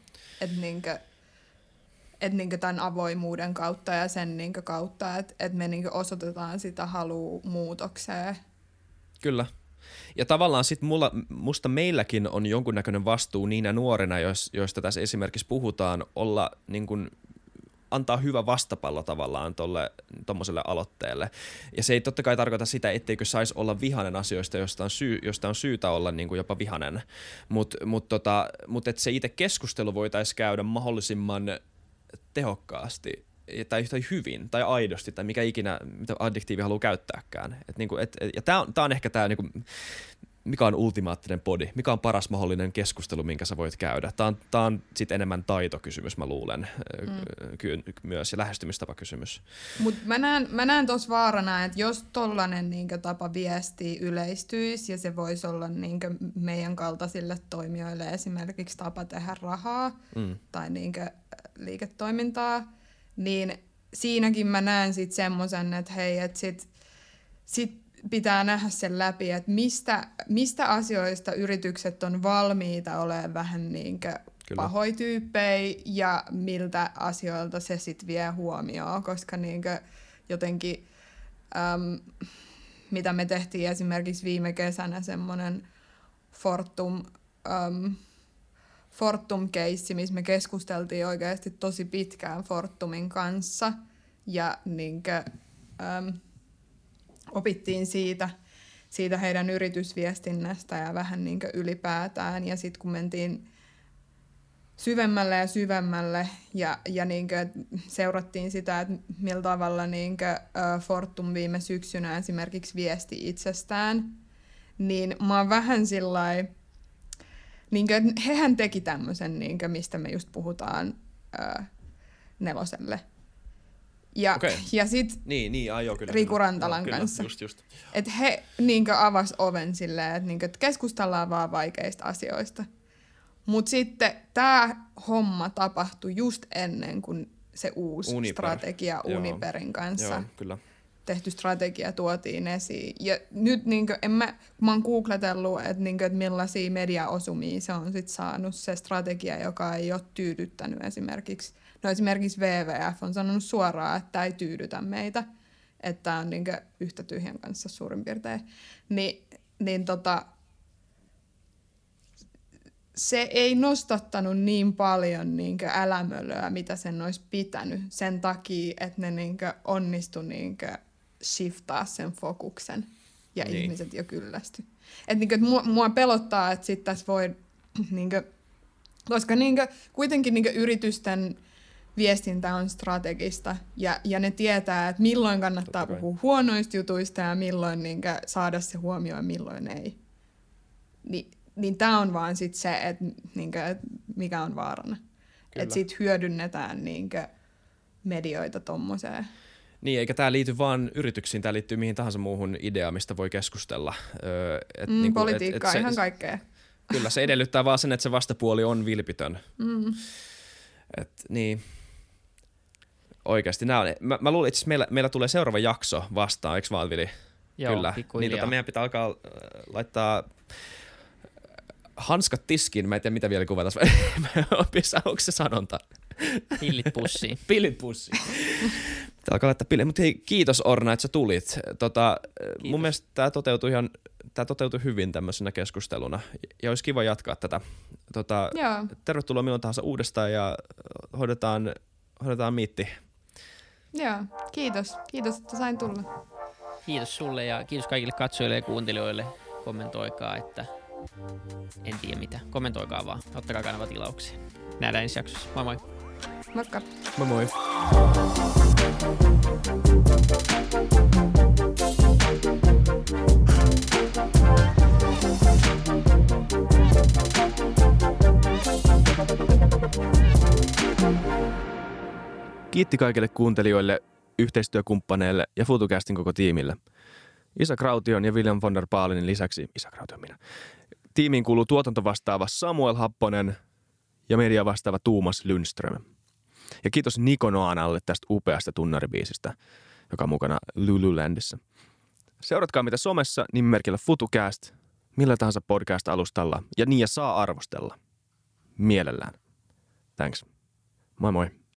Että tämän avoimuuden kautta ja sen kautta, että me osoitetaan sitä halua muutokseen. Kyllä. Ja tavallaan sitten musta meilläkin on jonkunnäköinen vastuu niinä nuorina, joista tässä esimerkiksi puhutaan, olla niin kuin antaa hyvä vastapallo tavallaan tommoselle aloitteelle. Ja se ei totta kai tarkoita sitä, etteikö saisi olla vihainen asioista, josta on syytä olla niin kuin jopa vihainen. Mutta että se itse keskustelu voitaisiin käydä mahdollisimman tehokkaasti tai hyvin tai aidosti tai mikä ikinä, mitä adjektiivi haluaa käyttääkään. Ja tämä on ehkä tämä, niinku, mikä on ultimaattinen podi, mikä on paras mahdollinen keskustelu, minkä sä voit käydä. Tämä on sitten enemmän taitokysymys, mä luulen, myös, ja lähestymistapakysymys. Mutta mä näen tuossa vaarana, että jos tollainen tapa viestiä yleistyisi, ja se voisi olla meidän kaltaisille toimijoille esimerkiksi tapa tehdä rahaa tai liiketoimintaa, niin siinäkin mä näen sitten semmoisen, että hei, että sit pitää nähdä sen läpi, että mistä asioista yritykset on valmiita olemaan vähän pahoja tyyppejä ja miltä asioilta se sitten vie huomioon, koska jotenkin mitä me tehtiin esimerkiksi viime kesänä semmoinen Fortum-keissi, missä me keskusteltiin oikeasti tosi pitkään Fortumin kanssa ja opittiin siitä heidän yritysviestinnästä ja vähän niin kuin ylipäätään. Ja sitten kun mentiin syvemmälle ja syvemmälle ja niin kuin seurattiin sitä, että millä tavalla niin kuin Fortum viime syksynä esimerkiksi viesti itsestään, niin mä oon vähän sillai, niin kuin, hehän teki tämmöisen, niin kuin, mistä me just puhutaan Neloselle. Ja sit Riku Rantalan kanssa. Just. Että he niinkö avas oven silleen, että niinkö, keskustellaan vaan vaikeista asioista. Mutta sitten tämä homma tapahtui just ennen kuin se uusi strategia Uniperin kanssa tehty strategia tuotiin esiin. Ja nyt niinkö, mä oon googletellut, että niinkö, et millaisia mediaosumia se on sit saanut se strategia, joka ei ole tyydyttänyt esimerkiksi. No esimerkiksi WWF on sanonut suoraan, että tämä ei tyydytä meitä, että tämä on niinkö yhtä tyhjän kanssa suurin piirtein. Se ei nostattanut niin paljon niinkö älämölöä, mitä sen olisi pitänyt sen takia, että ne niinkö onnistui niinkö shiftaa sen fokuksen ja ihmiset jo kyllästy. Että niinkö, mua pelottaa, että sitten tässä voi, niinkö, koska niinkö, kuitenkin niinkö yritysten viestintä on strategista ja ne tietää, että milloin kannattaa puhua huonoista jutuista ja milloin niinkö saada se huomioon ja milloin ei. Niin tämä on vaan sit se, että niinkö, mikä on vaarana. Että sit hyödynnetään niinkö medioita tommoseen. Niin, eikä tämä liity vaan yrityksiin, tämä liittyy mihin tahansa muuhun ideaan, mistä voi keskustella. Politiikkaa, ihan kaikkea. Kyllä, se edellyttää vaan sen, että se vastapuoli on vilpitön. Niin. Oikeasti nämä on. Mä luulen, että meillä tulee seuraava jakso vastaan, eikö vaan, Vili? Joo, kyllä. Niin meidän pitää alkaa laittaa hanskat tiskiin. Mä en tiedä, mitä vielä kuvataan. Onko se sanonta? Pillit pussiin. Pillit pussiin. Alkaa laittaa pillit. Mutta hei, kiitos Orna, että sä tulit. Mun mielestä tämä toteutui hyvin tämmöisenä keskusteluna. Ja olisi kiva jatkaa tätä. Tervetuloa milloin tahansa uudestaan ja hoidetaan miitti. Joo, kiitos. Kiitos, että sain tulla. Kiitos sulle ja kiitos kaikille katsojille ja kuuntelijoille. Kommentoikaa, että en tiedä mitä. Kommentoikaa vaan. Ottakaa kanavatilauksia. Nähdään ensi jaksossa. Moi moi. Moikka. Moi moi. Kiitti kaikille kuuntelijoille, yhteistyökumppaneille ja FutuCastin koko tiimille. Isa Kraution ja William von der Baalinin lisäksi, tiimiin kuuluu tuotantovastaava Samuel Happonen ja media vastaava Tuomas Lundström. Ja kiitos Niko Noanalle tästä upeasta tunnaribiisistä, joka on mukana Lululandissa. Seuratkaa mitä somessa nimimerkillä FutuCast, millä tahansa podcast-alustalla ja saa arvostella. Mielellään. Thanks. Moi moi.